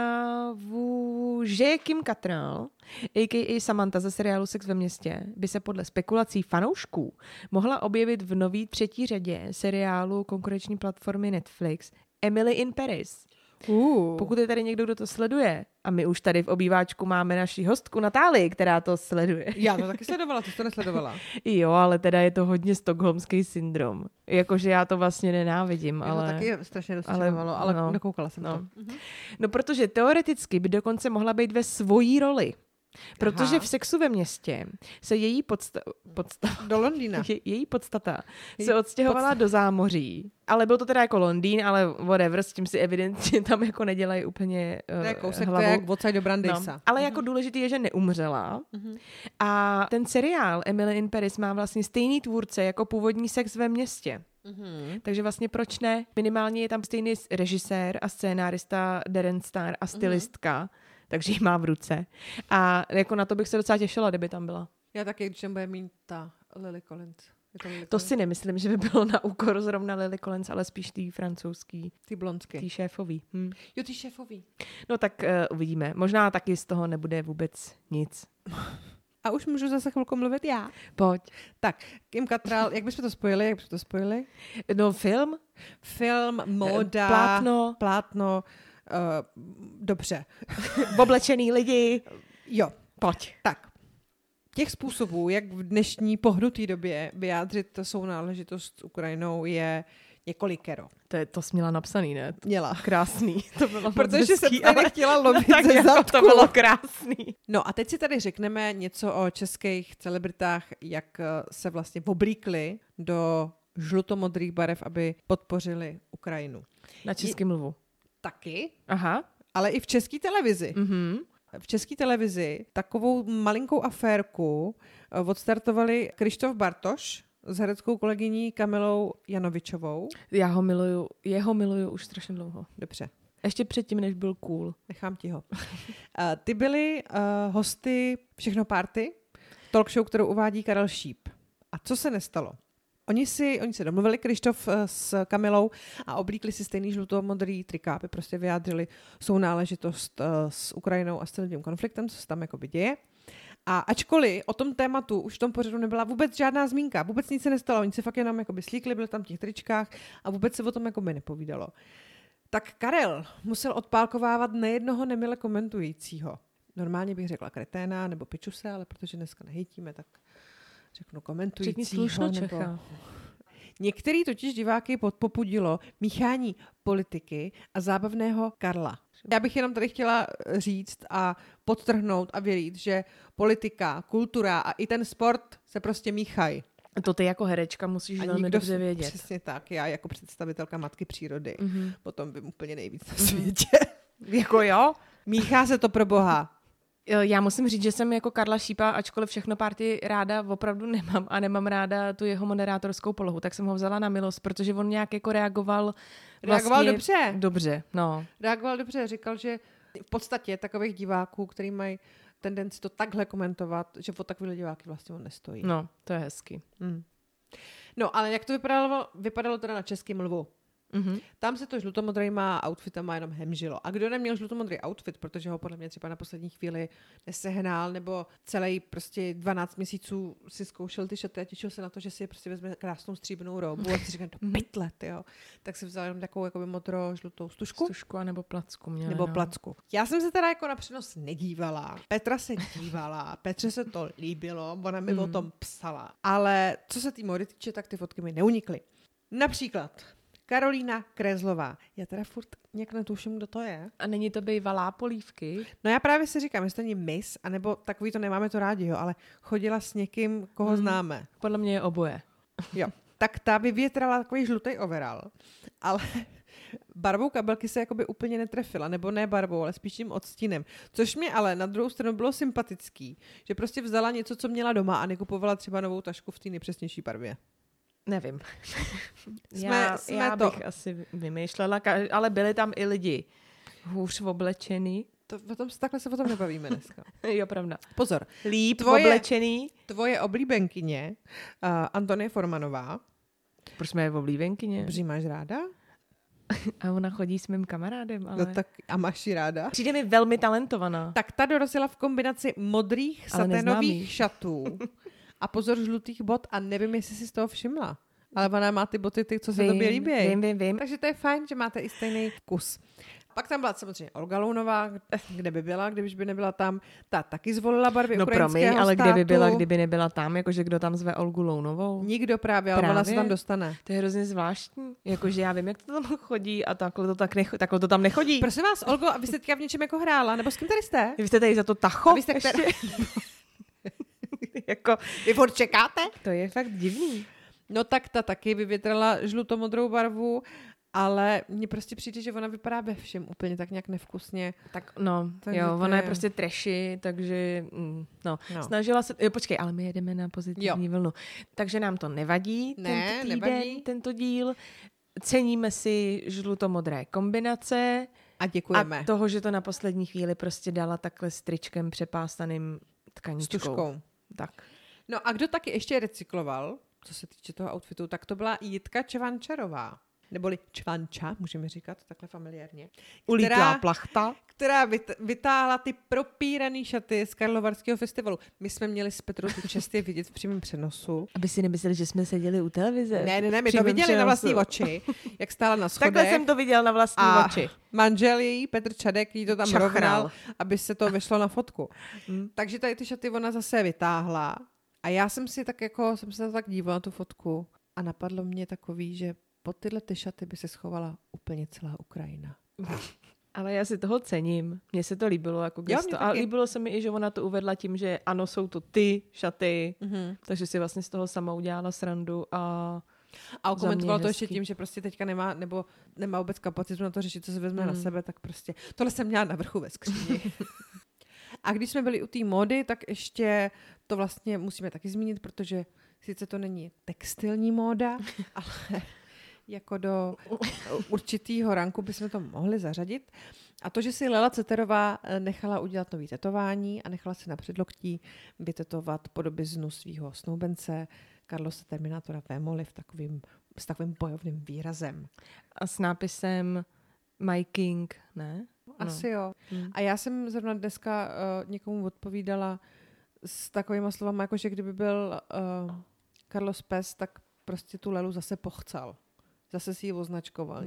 zprávu, že Kim Cattrall, a.k.a. Samantha ze seriálu Sex ve městě, by se podle spekulací fanoušků mohla objevit v nový 3. řadě seriálu konkurenční platformy Netflix Emily in Paris. Pokud je tady někdo, kdo to sleduje, a my už tady v obýváčku máme naši hostku Natálii, která to sleduje. Já to taky sledovala, ty jsi to nesledovala. Jo, ale teda je to hodně stockholmský syndrom. Jakože já to vlastně nenávidím, ale... to taky strašně dostřelovalo, ale nekoukala jsem to. No, protože teoreticky by dokonce mohla být ve svojí roli. Protože v Sexu ve městě se její do Londýna. Její podstata se odstěhovala do zámoří. Ale byl to teda jako Londýn, ale whatever, s tím si evidentně tam jako nedělají úplně to je kousek, hlavou. to je jak odsaď do Brandýsa. No. Ale jako důležitý je, že neumřela. A ten seriál Emily in Paris má vlastně stejný tvůrce jako původní Sex ve městě. Takže vlastně proč ne? Minimálně je tam stejný režisér a scénárista Darren Star a stylistka. Takže ji má v ruce. A jako na to bych se docela těšila, kdyby tam byla. Já taky, když tam bude mít ta Lily Collins. To si nemyslím, že by bylo na úkor zrovna Lily Collins, ale spíš tý francouzský. Ty blondsky. Tý šéfový. Jo, ty šéfový. No tak uvidíme. Možná taky z toho nebude vůbec nic. A už můžu zase chvilku mluvit já? Pojď. Tak, Kim Cattrall, jak bychom to spojili? No film? Film, móda. Plátno. Dobře. Oblečený lidi. Jo. Pojď. Tak. Těch způsobů, jak v dnešní pohnuté době vyjádřit sounáležitost s Ukrajinou, je několikero. To jsi měla napsaný, ne? Měla. Krásný. To bylo protože jsem tady nechtěla lovit tak ze jako zadku. To bylo krásný. No a teď si tady řekneme něco o českých celebritách, jak se vlastně oblíkli do žlutomodrých barev, aby podpořili Ukrajinu. Na český mluvu. Taky. Aha. Ale i v české televizi. Mhm. V české televizi takovou malinkou aférku odstartovali Krištof Bartoš s hereckou kolegyní Kamilou Janovičovou. Jeho miluju už strašně dlouho. Dobře. Ještě předtím, než byl cool. Nechám ti ho. Ty byly hosty Všechno party, talk show, kterou uvádí Karel Šíp. A co se nestalo? Oni se domluvili, Krištof s Kamilou, a oblíkli si stejný žlutomodrý trikápy, prostě vyjádřili sounáležitost s Ukrajinou a s celým tím konfliktem, co se tam jakoby děje. A ačkoliv o tom tématu už v tom pořadu nebyla vůbec žádná zmínka, vůbec nic se nestalo, oni se fakt jenom jakoby slíkli, byli tam v těch tričkách a vůbec se o tom jakoby nepovídalo. Tak Karel musel odpálkovávat nejednoho nemile komentujícího. Normálně bych řekla kreténa nebo pičuse, ale protože dneska nehejtíme, tak řeknu komentujícího. Nebo... Některý totiž diváky popudilo míchání politiky a zábavného Karla. Já bych jenom tady chtěla říct a podtrhnout a věřit, že politika, kultura a i ten sport se prostě míchají. To ty jako herečka musíš velmi dobře vědět. Přesně tak, já jako představitelka Matky přírody. Potom vím úplně nejvíc na světě. Jako jo? Míchá se to pro boha. Já musím říct, že jsem jako Karla Šípa, ačkoliv Všechno party ráda opravdu nemám a nemám ráda tu jeho moderátorskou polohu, tak jsem ho vzala na milost, protože on nějak jako reagoval dobře. Dobře, no. Reagoval dobře, říkal, že v podstatě takových diváků, který mají tendenci to takhle komentovat, že o takovýhle diváky vlastně on nestojí. No, to je hezky. No, ale jak to vypadalo teda na českým mluvu? Tam se to žlutomodrýma outfitama jenom hemžilo. A kdo neměl žlutomodrý outfit, protože ho podle mě třeba na poslední chvíli nesehnal, nebo celý prostě 12 měsíců si zkoušel ty šaty a těšil se na to, že si je prostě vezme krásnou stříbrnou robu a si říkám, to pytle, jo. Tak si vzal jenom takovou jakoby modro-žlutou stužku. Stužku a nebo placku měla. Nebo placku. Já jsem se teda jako na přenos nedívala. Petra se dívala. Petře se to líbilo, ona mi o tom psala. Ale co se té mody týče, tak ty fotky mi neunikly. Například Karolína Krezlová. Já teda furt nějak netuším, kdo to je. A není to bývalá Polívky? No já právě si říkám, jestli to není Miss, anebo takový to nemáme to rádi, jo, ale chodila s někým, koho známe. Podle mě je oboje. Jo. Tak ta vyvětrala takový žlutý overall, ale barvou kabelky se jakoby úplně netrefila, nebo ne barvou, ale spíš tím odstínem. Což mě ale na druhou stranu bylo sympatický, že prostě vzala něco, co měla doma a nekupovala třeba novou tašku v té nejpřesnější barvě. Nevím. Jsme to bych asi vymýšlela, ale byli tam i lidi hůř oblečený. Takhle se o tom nebavíme dneska. Jo, pravda. Pozor. Líp oblečený. Tvoje oblíbenkyně, Antonie Formanová. Proč jsme je v oblíbenkyně? Protože máš ráda? A ona chodí s mým kamarádem, ale... No tak a máš ji ráda? Přijde mi velmi talentovaná. Tak ta dorazila v kombinaci modrých saténových šatů a pozor žlutých bot a nevím, jestli si z toho všimla. Ale ona má ty boty, co se tobě líbí. Vím. Takže to je fajn, že máte i stejný kus. Pak tam byla samozřejmě Olga Lounová, kde by byla, kdybyž by nebyla tam. Ta taky zvolila barvy ukrajinského státu. Ale kde by byla, kdyby nebyla tam? Jakože kdo tam zve Olgu Lounovou? Nikdo právě, ale ona se tam dostane. To je hrozně zvláštní. Jakože já vím, jak to tam chodí a takhle to tam nechodí. Prosím vás, Olgo, a vy jste teďka v něčem jako hrála? Nebo s kým tady jste? Vy jste tady za to tacho? Vy jste jako, vy furt čekáte? To je fakt divný. No tak ta taky vyvětrala žlutomodrou barvu, ale mně prostě přijde, že ona vypadá ve všem úplně tak nějak nevkusně. Tak no, takže jo, ona je prostě trashy, takže snažila se, počkej, ale my jedeme na pozitivní vlnu. Takže nám to nevadí, tento díl. Ceníme si žlutomodré kombinace. A děkujeme. A toho, že to na poslední chvíli prostě dala takhle s tričkem přepástaným tkaníčkou. Stužkou. Tak. No a kdo taky ještě recykloval, co se týče toho outfitu, tak to byla Jitka Čvančarová. Neboli Čvanča, můžeme říkat takhle familiárně. Ulítlá plachta. Která vytáhla ty propíraný šaty z Karlovarského festivalu. My jsme měli s Petrou tu čest je vidět v přímém přenosu. Aby si nemysleli, že jsme seděli u televize. Ne, my to viděli na vlastní oči, jak stála na schodech. Takhle jsem to viděl na vlastní oči. Manžel její, Petr Čadek, jí to tam rovnal, aby se to vyšlo na fotku. Takže tady ty šaty ona zase vytáhla. A já jsem si se tak dívala na tu fotku a napadlo mě takový, že pod tyhle ty šaty by se schovala úplně celá Ukrajina. Ale já si toho cením. Mně se to líbilo jako gesto. A líbilo se mi i, že ona to uvedla tím, že ano, jsou to ty šaty, takže si vlastně z toho sama udělala srandu a okomentovala to ještě tím, že prostě teďka nemá vůbec kapacitu na to řešit, co se vezme na sebe, tak prostě tohle jsem měla na vrchu ve skříni. A když jsme byli u té módy, tak ještě to vlastně musíme taky zmínit, protože sice to není textilní móda, ale jako do určitého ranku bychom to mohli zařadit. A to, že si Lela Ceterová nechala udělat nový tetování a nechala si na předloktí vytetovat podobiznu svého snoubence Carlose Terminátora Vémoly s takovým bojovným výrazem. A s nápisem My King, ne? Asi jo. A já jsem zrovna dneska někomu odpovídala s takovýma slovama, jako že kdyby byl Carlos pes, tak prostě tu Lelu zase pochcal. Zase si ji označkoval.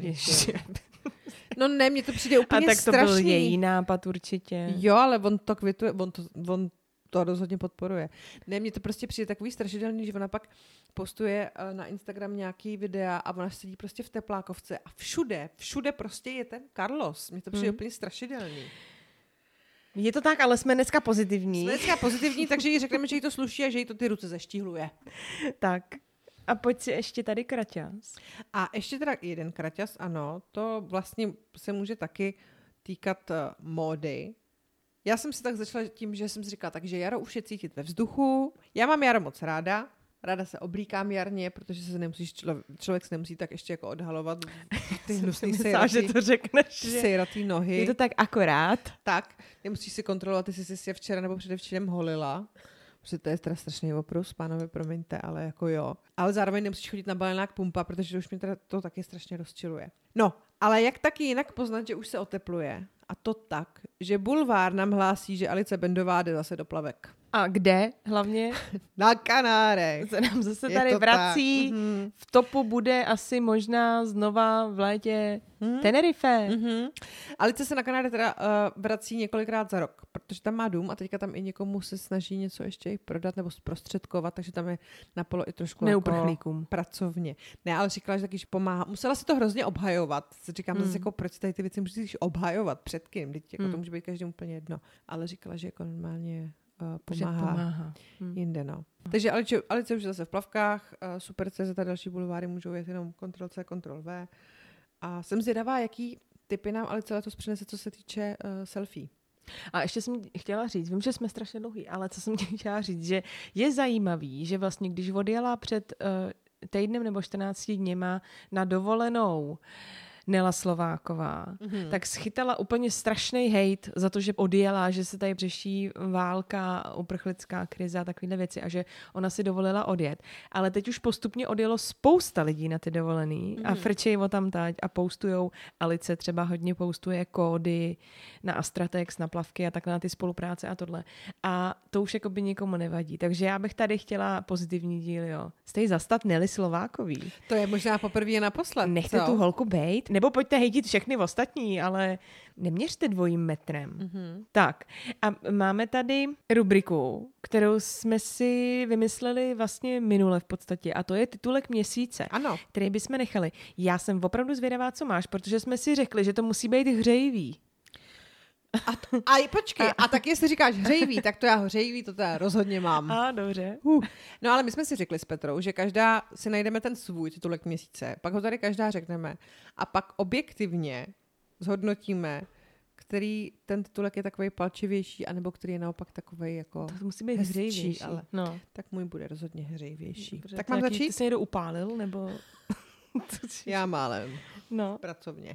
No ne, mně to přijde úplně strašný. A tak to byl její nápad určitě. Jo, ale on to kvituje, on to rozhodně podporuje. Ne, mně to prostě přijde takový strašidelný, že ona pak postuje na Instagram nějaký videa a ona sedí prostě v teplákovce a všude prostě je ten Carlos. Mně to přijde úplně strašidelný. Je to tak, ale jsme dneska pozitivní. Takže jí řekneme, že jí to sluší a že jí to ty ruce zeštíhluje. Tak. A pojď si ještě tady kraťas. A ještě teda jeden kraťas, ano, to vlastně se může taky týkat módy. Já jsem si tak začala tím, že jsem si říkala, takže jaro už je cítit ve vzduchu. Já mám jaro moc ráda se oblíkám jarně, protože se nemusíš člověk se nemusí tak ještě jako odhalovat ty hnusný sejratý nohy. Je to tak akorát. Tak, nemusíš si kontrolovat, jestli jsi je včera nebo předevčírem holila. Protože to je teda strašný oprus, pánové, promiňte, ale jako jo. Ale zároveň nemusíš chodit na balenák pumpa, protože už mě teda to taky strašně rozčiluje. No, ale jak taky jinak poznat, že už se otepluje? A to tak, že Bulvár nám hlásí, že Alice Bendová jde zase do plavek. A kde hlavně? Na Kanárech. Se nám zase tady vrací. V topu bude asi možná znova v létě Tenerife. Alice se na Kanárech teda vrací několikrát za rok, protože tam má dům a teďka tam i někomu se snaží něco ještě prodat nebo zprostředkovat, takže tam je napolo i trošku jako pracovně. Ne, ale říkala, že taky pomáhá. Musela si to hrozně obhajovat. Říkám zase jako, proč tady ty věci musíš obhajovat, před kým? Teď jako to může být každému úplně jedno. Ale říkala, že jako normálně pomáhá. Jinde, no. Takže Alice už je zase v plavkách, Super.cz a další bulváry můžou jet jenom Ctrl+C, Ctrl+V. A jsem zvědavá, jaký tipy nám Alice letos přinese, co se týče selfie. A ještě jsem chtěla říct, vím, že jsme strašně dlouhý, ale co jsem chtěla říct, že je zajímavý, že vlastně když odjela před týdnem nebo 14 dněma na dovolenou Nela Slováková, tak schytala úplně strašný hejt za to, že odjela, že se tady řeší válka, uprchlická krize a takovéhle věci a že ona si dovolila odjet. Ale teď už postupně odjelo spousta lidí na ty dovolený a frčej o tam tať a postujou. Alice třeba hodně postuje kódy na Astratex, na plavky a takhle na ty spolupráce a tohle. A to už jakoby nikomu nevadí. Takže já bych tady chtěla pozitivní díl, jo. Stej zastat Nely Slovákový. To je možná poprvé naposled. Nechte tu holku bejt. Nebo pojďte hejtit všechny ostatní, ale neměřte dvojím metrem. Tak a máme tady rubriku, kterou jsme si vymysleli vlastně minule v podstatě a to je titulek měsíce, který bychom nechali. Já jsem opravdu zvědavá, co máš, protože jsme si řekli, že to musí být hřejivý. A počkej, a tak jestli říkáš hřejivý, tak to já hřejivý, to teda rozhodně mám. A dobře. No ale my jsme si řekli s Petrou, že každá si najdeme ten svůj titulek měsíce, pak ho tady každá řekneme a pak objektivně zhodnotíme, který ten titulek je takovej palčivější, anebo který je naopak takovej jako to musí být hřejivější, ale tak můj bude rozhodně hřejivější. Dobře, tak mám začít? Ty jsi někdo upálil, nebo... Já málem. Pracovně.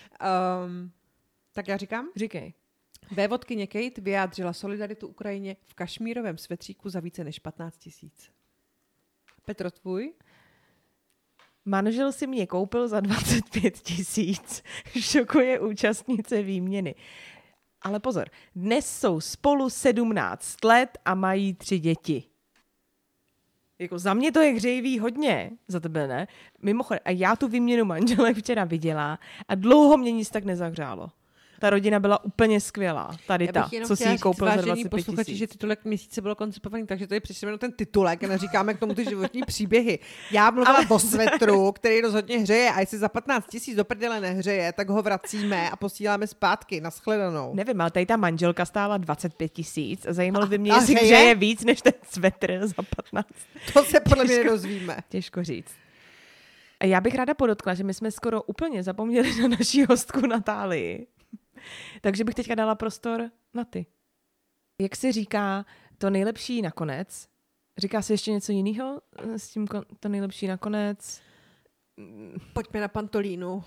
Tak já říkám? Říkej. Vévodkyně Kate vyjádřila solidaritu Ukrajině v kašmírovém svetříku za více než 15 000. Petro, tvůj? Manžel si mě koupil za 25 000. Šokuje účastnice výměny. Ale pozor, dnes jsou spolu 17 let a mají 3 děti. Jako za mě to je hřejivý hodně, za tebe ne. Mimochodem, a já tu výměnu manželek včera viděla a dlouho mě nic tak nezahřálo. Ta rodina byla úplně skvělá. Tady ta, co si ji koupil za 25 000. Že titulek Měsíce bylo koncipovaný, takže tady přečteme ten titulek a neříkáme k tomu ty životní příběhy. Já mluvila o svetru, který rozhodně hřeje a jestli za 15 000 do prdele nehřeje, tak ho vracíme a posíláme zpátky na shledanou. Nevím, ale tady ta manželka stála 25 000 a zajímalo by mě, jestli hřeje víc než ten svetr za 15. To se podle mě nedozvíme. Těžko říct. A já bych ráda podotkla, že my jsme skoro úplně zapomněli na naší hostku Natálii. Takže bych teďka dala prostor na ty. Jak se říká to nejlepší nakonec? Říká se ještě něco jiného s tím to nejlepší nakonec? Pojďme na pantolínu.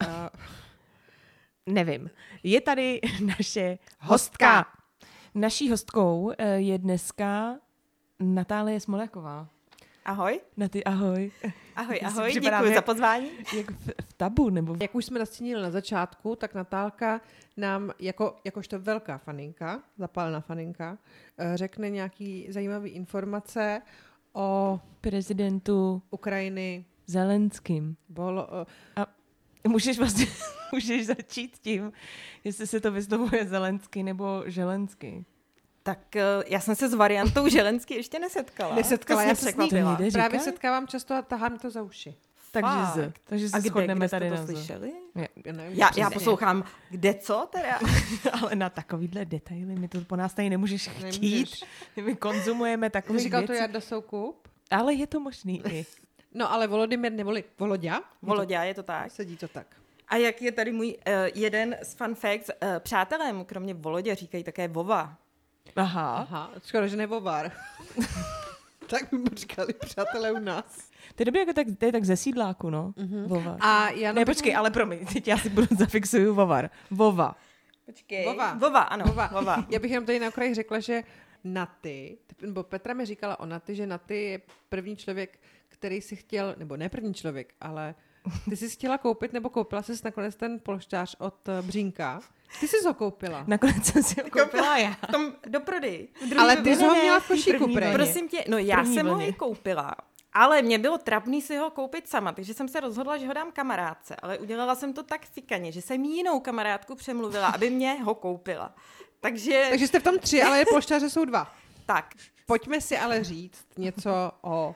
Nevím. Je tady naše hostka. Naší hostkou je dneska Natálie Smoláková. Ahoj. Ahoj. Ahoj, děkuji za pozvání. Jak v tabu, nebo... Jak už jsme nastínili na začátku, tak Natálka nám, jakožto velká faninka, zapálená faninka, řekne nějaký zajímavý informace o prezidentu Ukrajiny Zelenským. A můžeš začít tím, jestli se to vyslovuje Zelenský nebo Želenský. Tak já jsem se s variantou Želenský ještě nesetkala. Já se překvapila. Právě setkávám často a tahám to za uši. Takže se shodneme tady kde na jste to slyšeli? Já poslouchám, kde co teda? Ale na takovýhle detaily my to po nás tady nemůžeš chtít. My konzumujeme takové věci. Říkal to Jarda Soukup? Ale je to možný i. No ale Volodymyr neboli Voloďa? Voloďa, je to tak. Sedí to tak. A jak je tady můj jeden z fun facts, přátelé mu kromě Volodě říkají také Vova. Aha. Škoda, že nevovar. Tak by mu říkali přátelé u nás. To je dobrý, jako to je tak ze sídláku, no. Vovar. A já počkej, ale promiň, teď já si budu zafixuju Vovar. Vova. Počkej. Vova, ano. Vova. Já bych jenom tady na okraji řekla, že Naty, nebo Petra mi říkala o Naty, že Naty je první člověk, který si chtěl, nebo ne první člověk, ale ty jsi chtěla koupit, nebo koupila jsi nakonec ten polštář od Břínka. Ty jsi ho koupila. Nakonec jsem si ho koupila já. V tom do prodej. Ale ty jsi ho měla v košíku, prosím tě, no já jsem ho i koupila. Ale mě bylo trapný si ho koupit sama, takže jsem se rozhodla, že ho dám kamarádce. Ale udělala jsem to tak fikaně, že jsem jinou kamarádku přemluvila, aby mě ho koupila. Takže jste v tom 3, ale polštáře jsou 2. Tak. Pojďme si ale říct něco o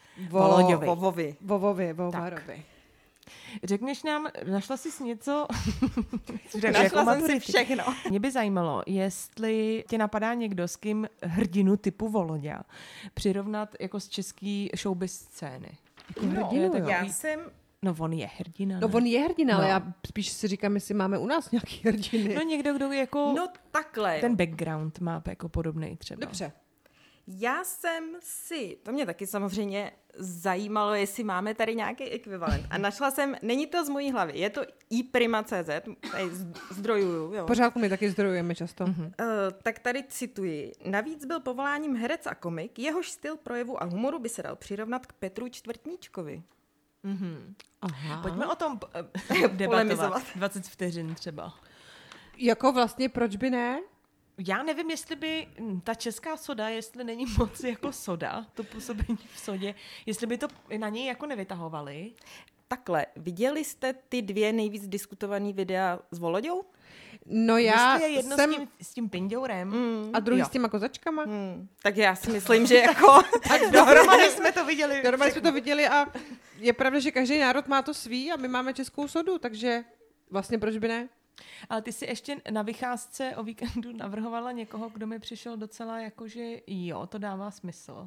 Vovarovi. Řekneš nám, našla jsi něco? Našla jsem si všechno. Mě by zajímalo, jestli tě napadá někdo, s kým hrdinu typu Voloďa přirovnat jako z český showbiz scény. Jako hrdinu, tak já jsem... No on je hrdina. No on je hrdina, ale já spíš si říkám, jestli máme u nás nějaký hrdiny. No někdo, kdo jako... No takhle. Ten background má jako podobnej třeba. Dobře. Já jsem si, to mě taky samozřejmě zajímalo, jestli máme tady nějaký ekvivalent. A našla jsem, není to z mojí hlavy, je to iPrima.cz, tady zdrojuju. Jo. Pořádku my taky zdrojujeme často. Tak tady cituji. Navíc byl povoláním herec a komik, jehož styl projevu a humoru by se dal přirovnat k Petru Čtvrtníčkovi. Aha. Pojďme o tom debatovat. 20 vteřin třeba. Jako vlastně, proč by ne? Já nevím, jestli by ta česká soda, jestli není moc jako soda, to působení v sodě, jestli by to na něj jako nevytahovali. Takhle, viděli jste ty 2 nejvíc diskutovaný videa s Voloďou? No já je jedno jsem... s tím pindourem. A druhý s těma kozačkama? Tak já si myslím, že jako... tak dohromady jsme to viděli. Dohromady jsme to viděli a je pravda, že každý národ má to svý a my máme českou sodu, takže vlastně proč by ne? Ale ty si ještě na vycházce o víkendu navrhovala někoho, kdo mi přišel docela jakože jo, to dává smysl.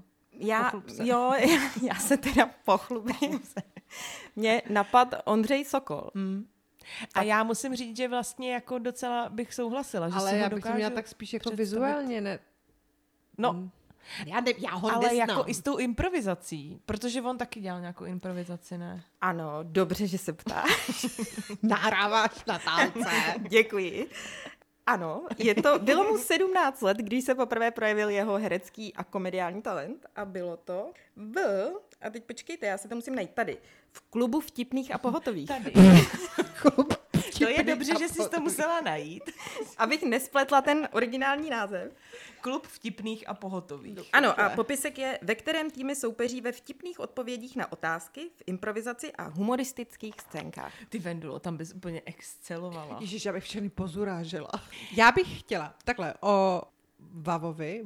Já se teda pochlubím. Mě napadl Ondřej Sokol. A já musím říct, že vlastně jako docela bych souhlasila, že ale si já ho bych dokážu měla tak spíš jako představit. vizuálně, ne? No, já ho ale neznám. jako i s tou improvizací, protože on taky dělal nějakou improvizaci, ne? Ano, dobře, že se ptáš. Nahráváš na tálce. Děkuji. Ano, bylo mu 17 let, když se poprvé projevil jeho herecký a komediální talent a bylo to a teď počkejte, já si to musím najít tady, v klubu vtipných a pohotových. Tady. To je dobře, že jsi to musela najít. Abych nespletla ten originální název. Klub vtipných a pohotových. Ano, a popisek je, ve kterém týmy soupeří ve vtipných odpovědích na otázky, v improvizaci a humoristických scénkách. Ty, Vendulo, tam bys úplně excelovala. Ježiš, já bych všechny pozurážela. Já bych chtěla takhle o Vavovi,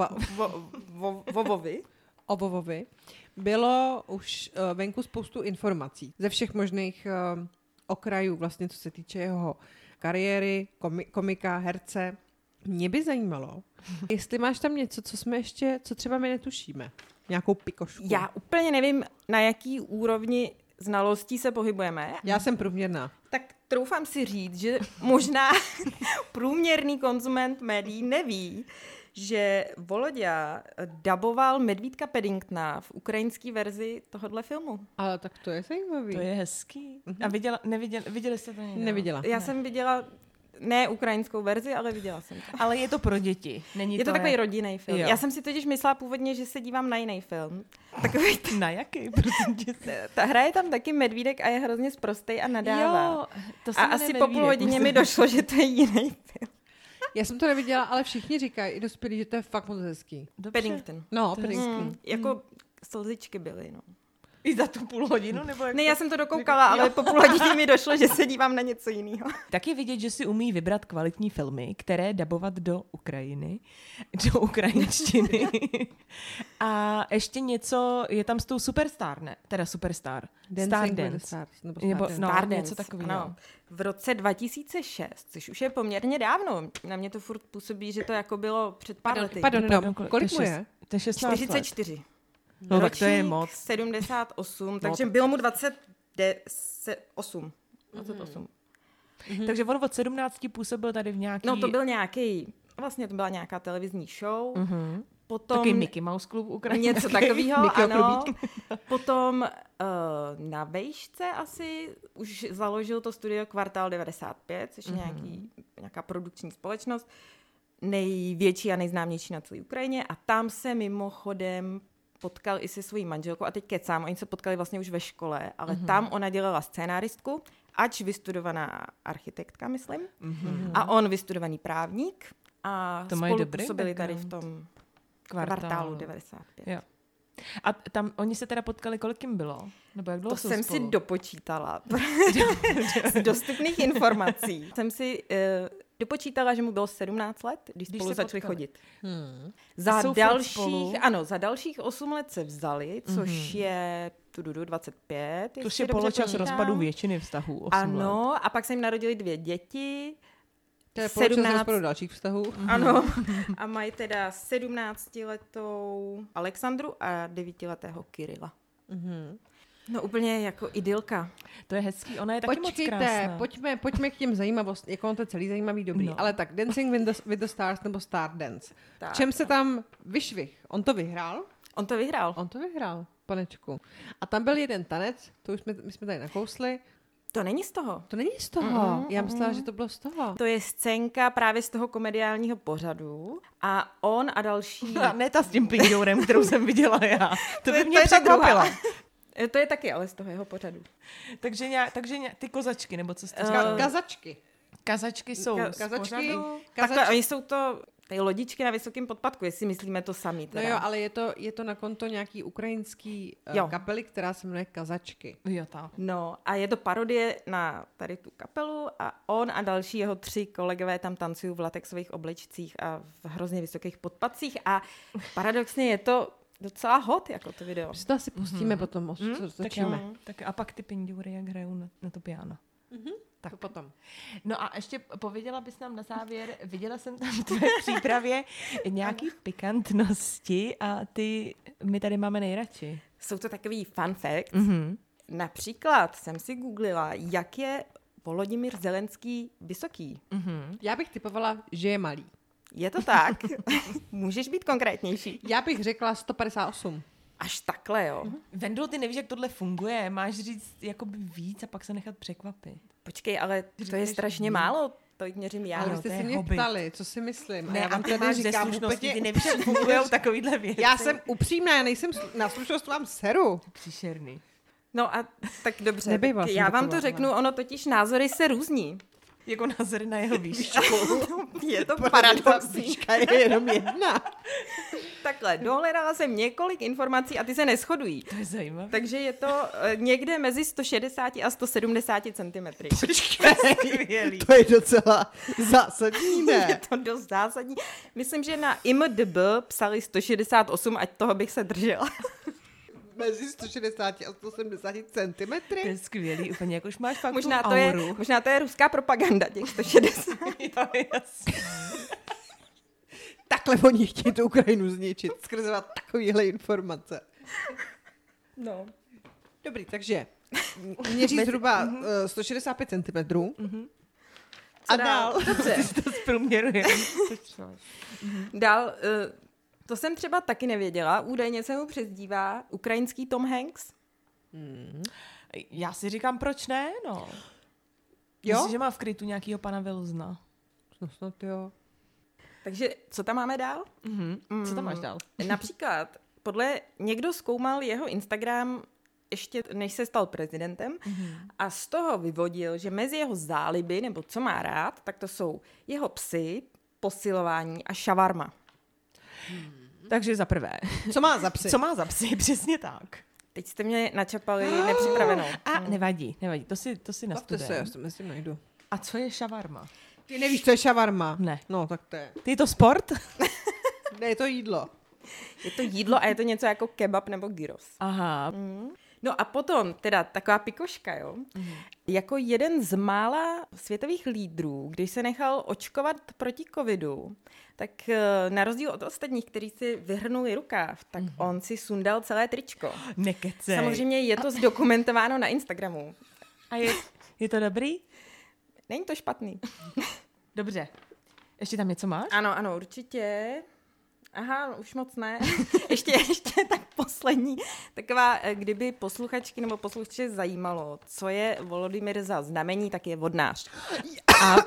o Vovovi bylo už venku spoustu informací ze všech možných okrajů, vlastně co se týče jeho kariéry, komika, herce. Mě by zajímalo, jestli máš tam něco, co třeba my netušíme. Nějakou pikošku. Já úplně nevím, na jaký úrovni znalostí se pohybujeme. Já jsem průměrná. Tak troufám si říct, že možná průměrný konzument médií neví, že Volodya daboval Medvídka Paddingtona v ukrajinské verzi tohohle filmu. Ale tak to je zajímavý. To je hezký. A viděli jste to někdo? Neviděla. Já jsem viděla ne ukrajinskou verzi, ale viděla jsem to. Ale je to pro děti. Je to takový rodinný film. Jo. Já jsem si totiž myslela původně, že se dívám na jiný film. Takový Na jaký? Prosím tě. Ta hraje tam taky medvídek a je hrozně sprostej a nadává. Jo, to a asi po půl hodině mi došlo, že to je jiný film. Já jsem to neviděla, ale všichni říkají, i dospělí, že to je fakt moc hezký. Paddington. No, Paddington. Jako slzičky byly, no. I za tu půl hodinu? Nebo jak Ne, já jsem to dokoukala, ale po půl hodině mi došlo, že se dívám na něco jiného. Tak je vidět, že si umí vybrat kvalitní filmy, které dabovat do Ukrajiny, do ukrajinštiny. A ještě něco, je tam s tou Superstar, ne? Teda Superstar. Stardance. Nebo něco takového. No. V roce 2006, což už je poměrně dávno. Na mě to furt působí, že to jako bylo před pár lety. Pardon, kolik mu je? To je 16 44. let. No tak to je Ročník moc. 78, takže bylo mu 28. 28. Takže on od 17 působil tady v nějaký... No to byl nějaký, vlastně to byla nějaká televizní show. Potom takový Mickey Mouse klub Ukrajiny. něco takového, ano. Potom na Vejšce asi už založil to studio Kvartál 95, což je nějaká produkční společnost, největší a nejznámější na celé Ukrajině a tam se mimochodem potkal i se svojí manželkou a teď kecám, oni se potkali vlastně už ve škole, ale tam ona dělala scénáristku, ač vystudovaná architektka, myslím, a on vystudovaný právník a spolu působili tady v tom Kvartálu 95. Jo. A tam oni se teda potkali, kolik jim bylo? Nebo jak dlouho to jsou jsem spolu? si dopočítala. Z dostupných informací jsem si dopočítala, že mu bylo 17 let, když spolu začali chodit. Za dalších 8 let se vzali, což je 25. Což je poločas rozpadu většiny vztahů. 8 ano, let. A pak se jim narodili 2 děti. To je poločas rozpadu dalších vztahů. Ano. A mají teda 17letou Alexandru a 9letého Kirila. No úplně jako idylka. To je hezký, ona je taky moc krásná. Pojďme k těm zajímavostem, jako on to je celý zajímavý, dobrý. No. Ale tak Dancing with the Stars nebo Stardance. V čem se tam vyšvih? On to vyhrál? On to vyhrál, panečku. A tam byl jeden tanec, to už my jsme tady nakousli. To není z toho. Já myslela, že to bylo z toho. To je scénka právě z toho komediálního pořadu a on a další... A ne ta s tím pindourem, kterou jsem viděla já. To by mě překvapila. To je taky ale z toho jeho pořadu. Takže ty kozačky, nebo co jste říkala? Kazačky. Kazačky jsou Kazačky. Takhle, oni jsou to tady lodičky na vysokém podpadku, jestli myslíme to samý. Teda. No jo, ale je to na konto nějaký ukrajinský kapely, která se jmenuje Kazačky. Jo, tak. No a je to parodie na tady tu kapelu a on a další jeho 3 kolegové tam tancují v latexových oblečcích a v hrozně vysokých podpadcích a paradoxně je to docela hot, jako to video. My si to asi pustíme potom, tak a pak ty pindury, jak hrajou na to piano. Tak to potom. No a ještě pověděla bys nám na závěr, viděla jsem tam v tvé přípravě nějaký pikantnosti a ty my tady máme nejradši. Jsou to takový fun facts. Například jsem si googlila, jak je Volodymyr Zelenský vysoký. Já bych typovala, že je malý. Je to tak? Můžeš být konkrétnější. Já bych řekla 158. Až takhle, jo. Vendlo, ty nevíš, jak tohle funguje. Máš říct jakoby víc a pak se nechat překvapit. Počkej, ale to je strašně málo. tolik měřím já. Ale Ano, jste to se je mě Hobbit. ptali, co si myslím. Ne, já vám a ty tady máš říkám neslušnosti, úplně... ty nevíš, jak fungujou takovýhle věci. Já jsem upřímná, já nejsem na slušnost vám seru. Příšerný. No a tak dobře, Nebejvala tak jsem já vám taková, to řeknu, ono totiž názory se různí. Jako názor na jeho výšku. Je to Ta paradoxní. výška je jenom jedna. Takhle, dohledala jsem několik informací a ty se neshodují. To je zajímavé. Takže je to někde mezi 160 a 170 cm. Skvělý. To je docela zásadní, Je ne? to dost zásadní. Myslím, že na IMDb psali 168, ať toho bych se držela. Mezi 160 a 170 To centimetry? je skvělý, úplně jak už máš fakt Možná tu to, je, auru. možná to je ruská propaganda, těch 160. Jo, jasně. Takhle oni chtějí tu Ukrajinu zničit, skrze takovýhle informace. No. Dobrý, takže měří zhruba 165 cm. A dál. Dobře. To zprůměruje. Dál, to jsem třeba taky nevěděla, údajně se mu přezdívá ukrajinský Tom Hanks. Já si říkám, proč ne, no. Jo? Myslíš, že má v krytu nějakýho pana Vilzna? No snad jo. Takže co tam máme dál? Co tam máš dál? Například, někdo zkoumal jeho Instagram ještě než se stal prezidentem a z toho vyvodil, že mezi jeho záliby, nebo co má rád, tak to jsou jeho psy, posilování a šavarma. Takže za prvé. Co má za psy? Co má za psy? Přesně tak. Teď jste mě načapali nepřipravenou. A nevadí. To si Bavte se, nastudujeme. já si myslím najdu. A co je šavarma? Ty nevíš, co je šavarma? Ne. No, tak to je. Ty je to sport? Ne, je to jídlo. Je to jídlo a je to něco jako kebab nebo gyros. Aha. No a potom, teda taková pikoška, jo. Jako jeden z mála světových lídrů, když se nechal očkovat proti covidu, tak na rozdíl od ostatních, kteří si vyhrnuli rukáv, tak on si sundal celé tričko. Nekecej. Samozřejmě je to zdokumentováno na Instagramu. A je to dobrý? Není to špatný. Dobře. Ještě tam něco máš? Ano, určitě. Aha, už moc ne. ještě tak poslední. Taková, kdyby posluchačky nebo posluchače zajímalo, co je Volodymyr za znamení, tak je vodnář. A...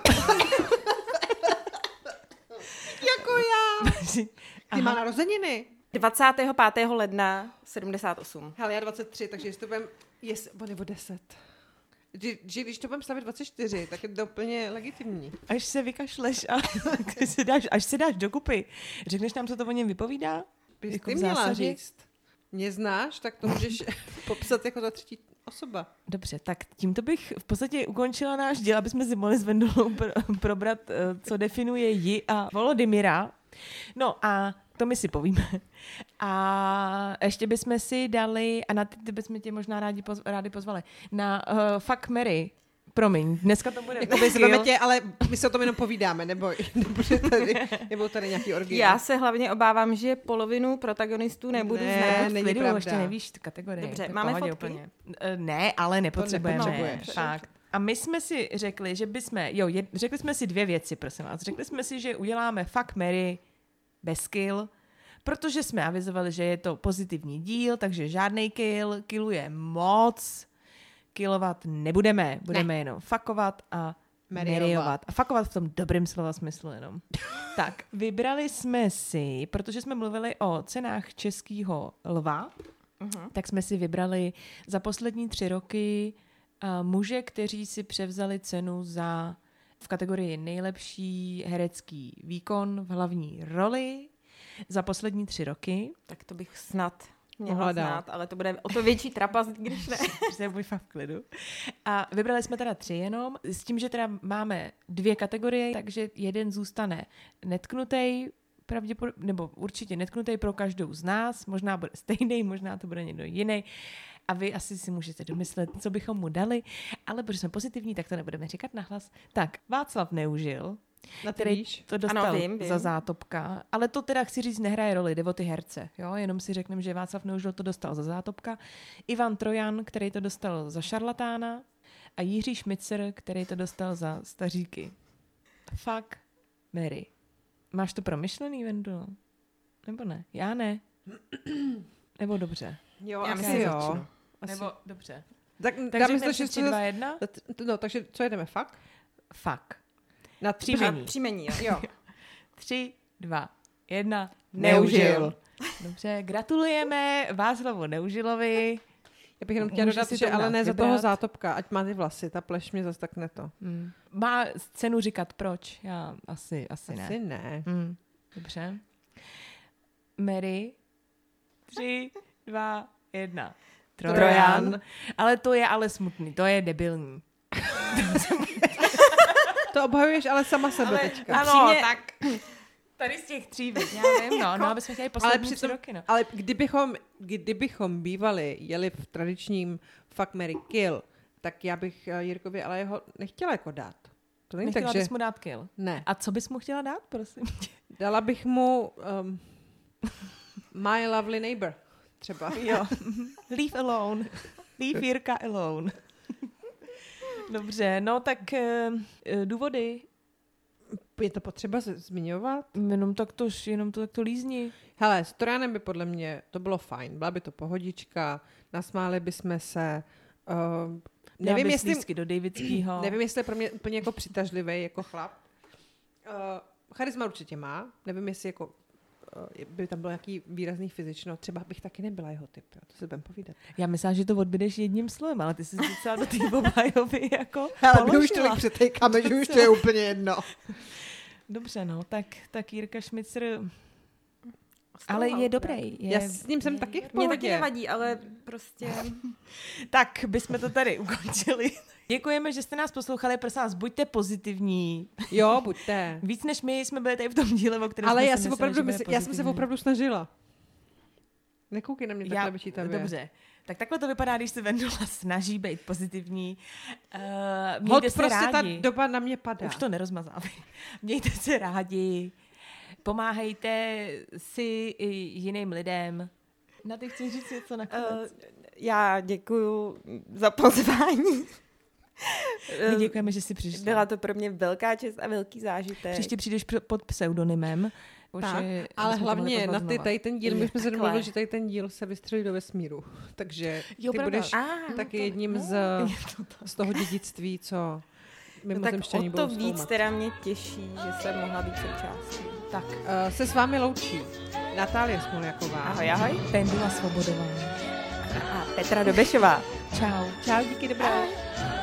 Jako já. Ty má narozeniny. 25. ledna 78. Hele, já 23, takže jestli to budem, on je o 10. Že když to budeme slavit 24, tak je to úplně legitimní. Až se vykašleš a až se dáš dokupy, řekneš nám, co to o něm vypovídá? Bys Jako ty v měla zásadě? říct. Mě znáš, tak to můžeš popsat jako ta třetí osoba. Dobře, tak tímto bych v podstatě ukončila náš díl, aby jsme si mohli s Vendolou probrat, co definuje ji a Volodymyra. No a to my si povíme. A ještě bychom si dali, a na ty bychom tě možná rádi pozvali, na Fuck Mary. Promiň, dneska to bude Jakoby se tě, ale my se o tom jenom povídáme, nebo tady nějaký orgie. Já se hlavně obávám, že polovinu protagonistů nebudu znát. není Klidu, pravda. ještě nevíš kategorii. Dobře, to je máme pohodě fotky? úplně. Ne, ale nepotřebujeme. nepotřebuješ. Fakt. A my jsme si řekli, že řekli jsme si dvě věci, prosím vás. Řekli jsme si, že uděláme Fuck Mary bez kill, protože jsme avizovali, že je to pozitivní díl, takže žádnej kill, killuje moc, killovat nebudeme, budeme jenom fakovat a maryovat. A fakovat v tom dobrým slova smyslu jenom. Tak, vybrali jsme si, protože jsme mluvili o cenách českého lva, tak jsme si vybrali za poslední 3 roky muže, kteří si převzali cenu v kategorii nejlepší herecký výkon v hlavní roli za poslední 3 roky. Tak to bych snad měla Mohla dát. znát, ale to bude o to větší trapas, když ne. Prostě buď fakt v klidu. A vybrali jsme teda 3 jenom, s tím, že teda máme 2 kategorie, takže jeden zůstane netknutej, nebo určitě netknutej pro každou z nás, možná bude stejný, možná to bude někdo jiný. A vy asi si můžete domyslet, co bychom mu dali, ale protože jsme pozitivní, tak to nebudeme říkat nahlas. Tak, Václav Neužil, který to dostal Ano, vím. za Zátopka, ale to teda chci říct, nehraje roli, jde o ty herce, jo? Jenom si řekneme, že Václav Neužil to dostal za Zátopka, Ivan Trojan, který to dostal za Šarlatána a Jiří Šmicer, který to dostal za Staříky. Fuck Mary. Máš to promyšlený, Vendu? Nebo ne? Já ne. Nebo dobře? Jo, Já asi myslím, jo. začnu. Asi. Nebo dobře. Tak Takže dáme jdeme to, že 3, 2, 1? No, takže co jedeme, fakt? Fuck. Na příjmení. Příjmení, jo. 3, 2, 1. Neužil. Dobře, gratulujeme Václavu Neužilovi. Já bych jenom chtěla Může dodat, si že to u ale nás ne za vybrat. toho zátopka, ať má ty vlasy, ta pleš mě zase tak neto. Má cenu říkat proč? Já asi ne. Asi ne. Dobře. Mary. 3, 2, 1. Trojan. Ale to je ale smutný, to je debilní. To obhajuješ ale sama sebe teďka. Ano, Upřímně- tak tady z těch 3, já vím, no aby jsme chtěli poslední 3 roky, no. Ale kdybychom bývali jeli v tradičním Fuck, Marry, Kill, tak já bych Jirkovi ale jeho nechtěla jako dát. To není Nechtěla tak, že... bys mu dát kill. Ne. A co bys mu chtěla dát, prosím? Dala bych mu My Lovely Neighbor třeba. Jo. Leave alone. Leave Jirka alone. Dobře, no tak důvody. Je to potřeba zmiňovat? Jenom to takto lízni. Hele, s Trojanem by podle mě to bylo fajn. Byla by to pohodička, nasmáli bychom se. Nevím, jestli do Davidského. Nevím, jestli je pro mě úplně jako přitažlivý jako chlap. Charisma určitě má. Nevím, jestli jako by tam byl nějaký výrazný fyzično. Třeba bych taky nebyla jeho typ. Jo. To si budem povídat. Já myslím, že to odbydeš jedním slovem, ale ty jsi docela do té obhajoby jako Ale my už položila. tolik přetejkáme, že už to je úplně jedno. Dobře, no, tak Jirka Šmicr... Ale je dobrý. Já s ním jsem taky v Mě pohodě. taky nevadí, ale prostě... Tak bychom to tady ukončili. Děkujeme, že jste nás poslouchali, prosím vás, buďte pozitivní. Jo, buďte. Víc než my jsme byli tady v tom díle, o kterém Ale jsme já, si si mysleli, opravdu že bude já jsem se pozitivní. opravdu snažila. Nekoukej na mě takhle vyčítavě. Dobře. Tak takhle to vypadá, když se Vendula snaží být pozitivní. Hod Mějte se prostě rádi. ta doba na mě padá. Už to nerozmazávej. Mějte se rádi. Pomáhejte si i jiným lidem. Na ty chci říct něco nakonec. Já děkuju za pozvání. My děkujeme, že jsi přišla. Byla to pro mě velká čest a velký zážitek. Příště přijdeš pod pseudonymem. Tak, ale hlavně na tady ten díl, my jsme se domluvili, že tady ten díl se vystřelí do vesmíru. Takže ty budeš taky jedním z toho dědictví, co mimozemšťaní tak o to budou víc zkoumat. teda mě těší, že jsem mohla být součástí. Tak. Se s vámi loučí Natálie Smoljaková. Ahoj, ahoj. Vendula Svobodová. A Petra Dobešová. Čau. Čau, díky, dobré.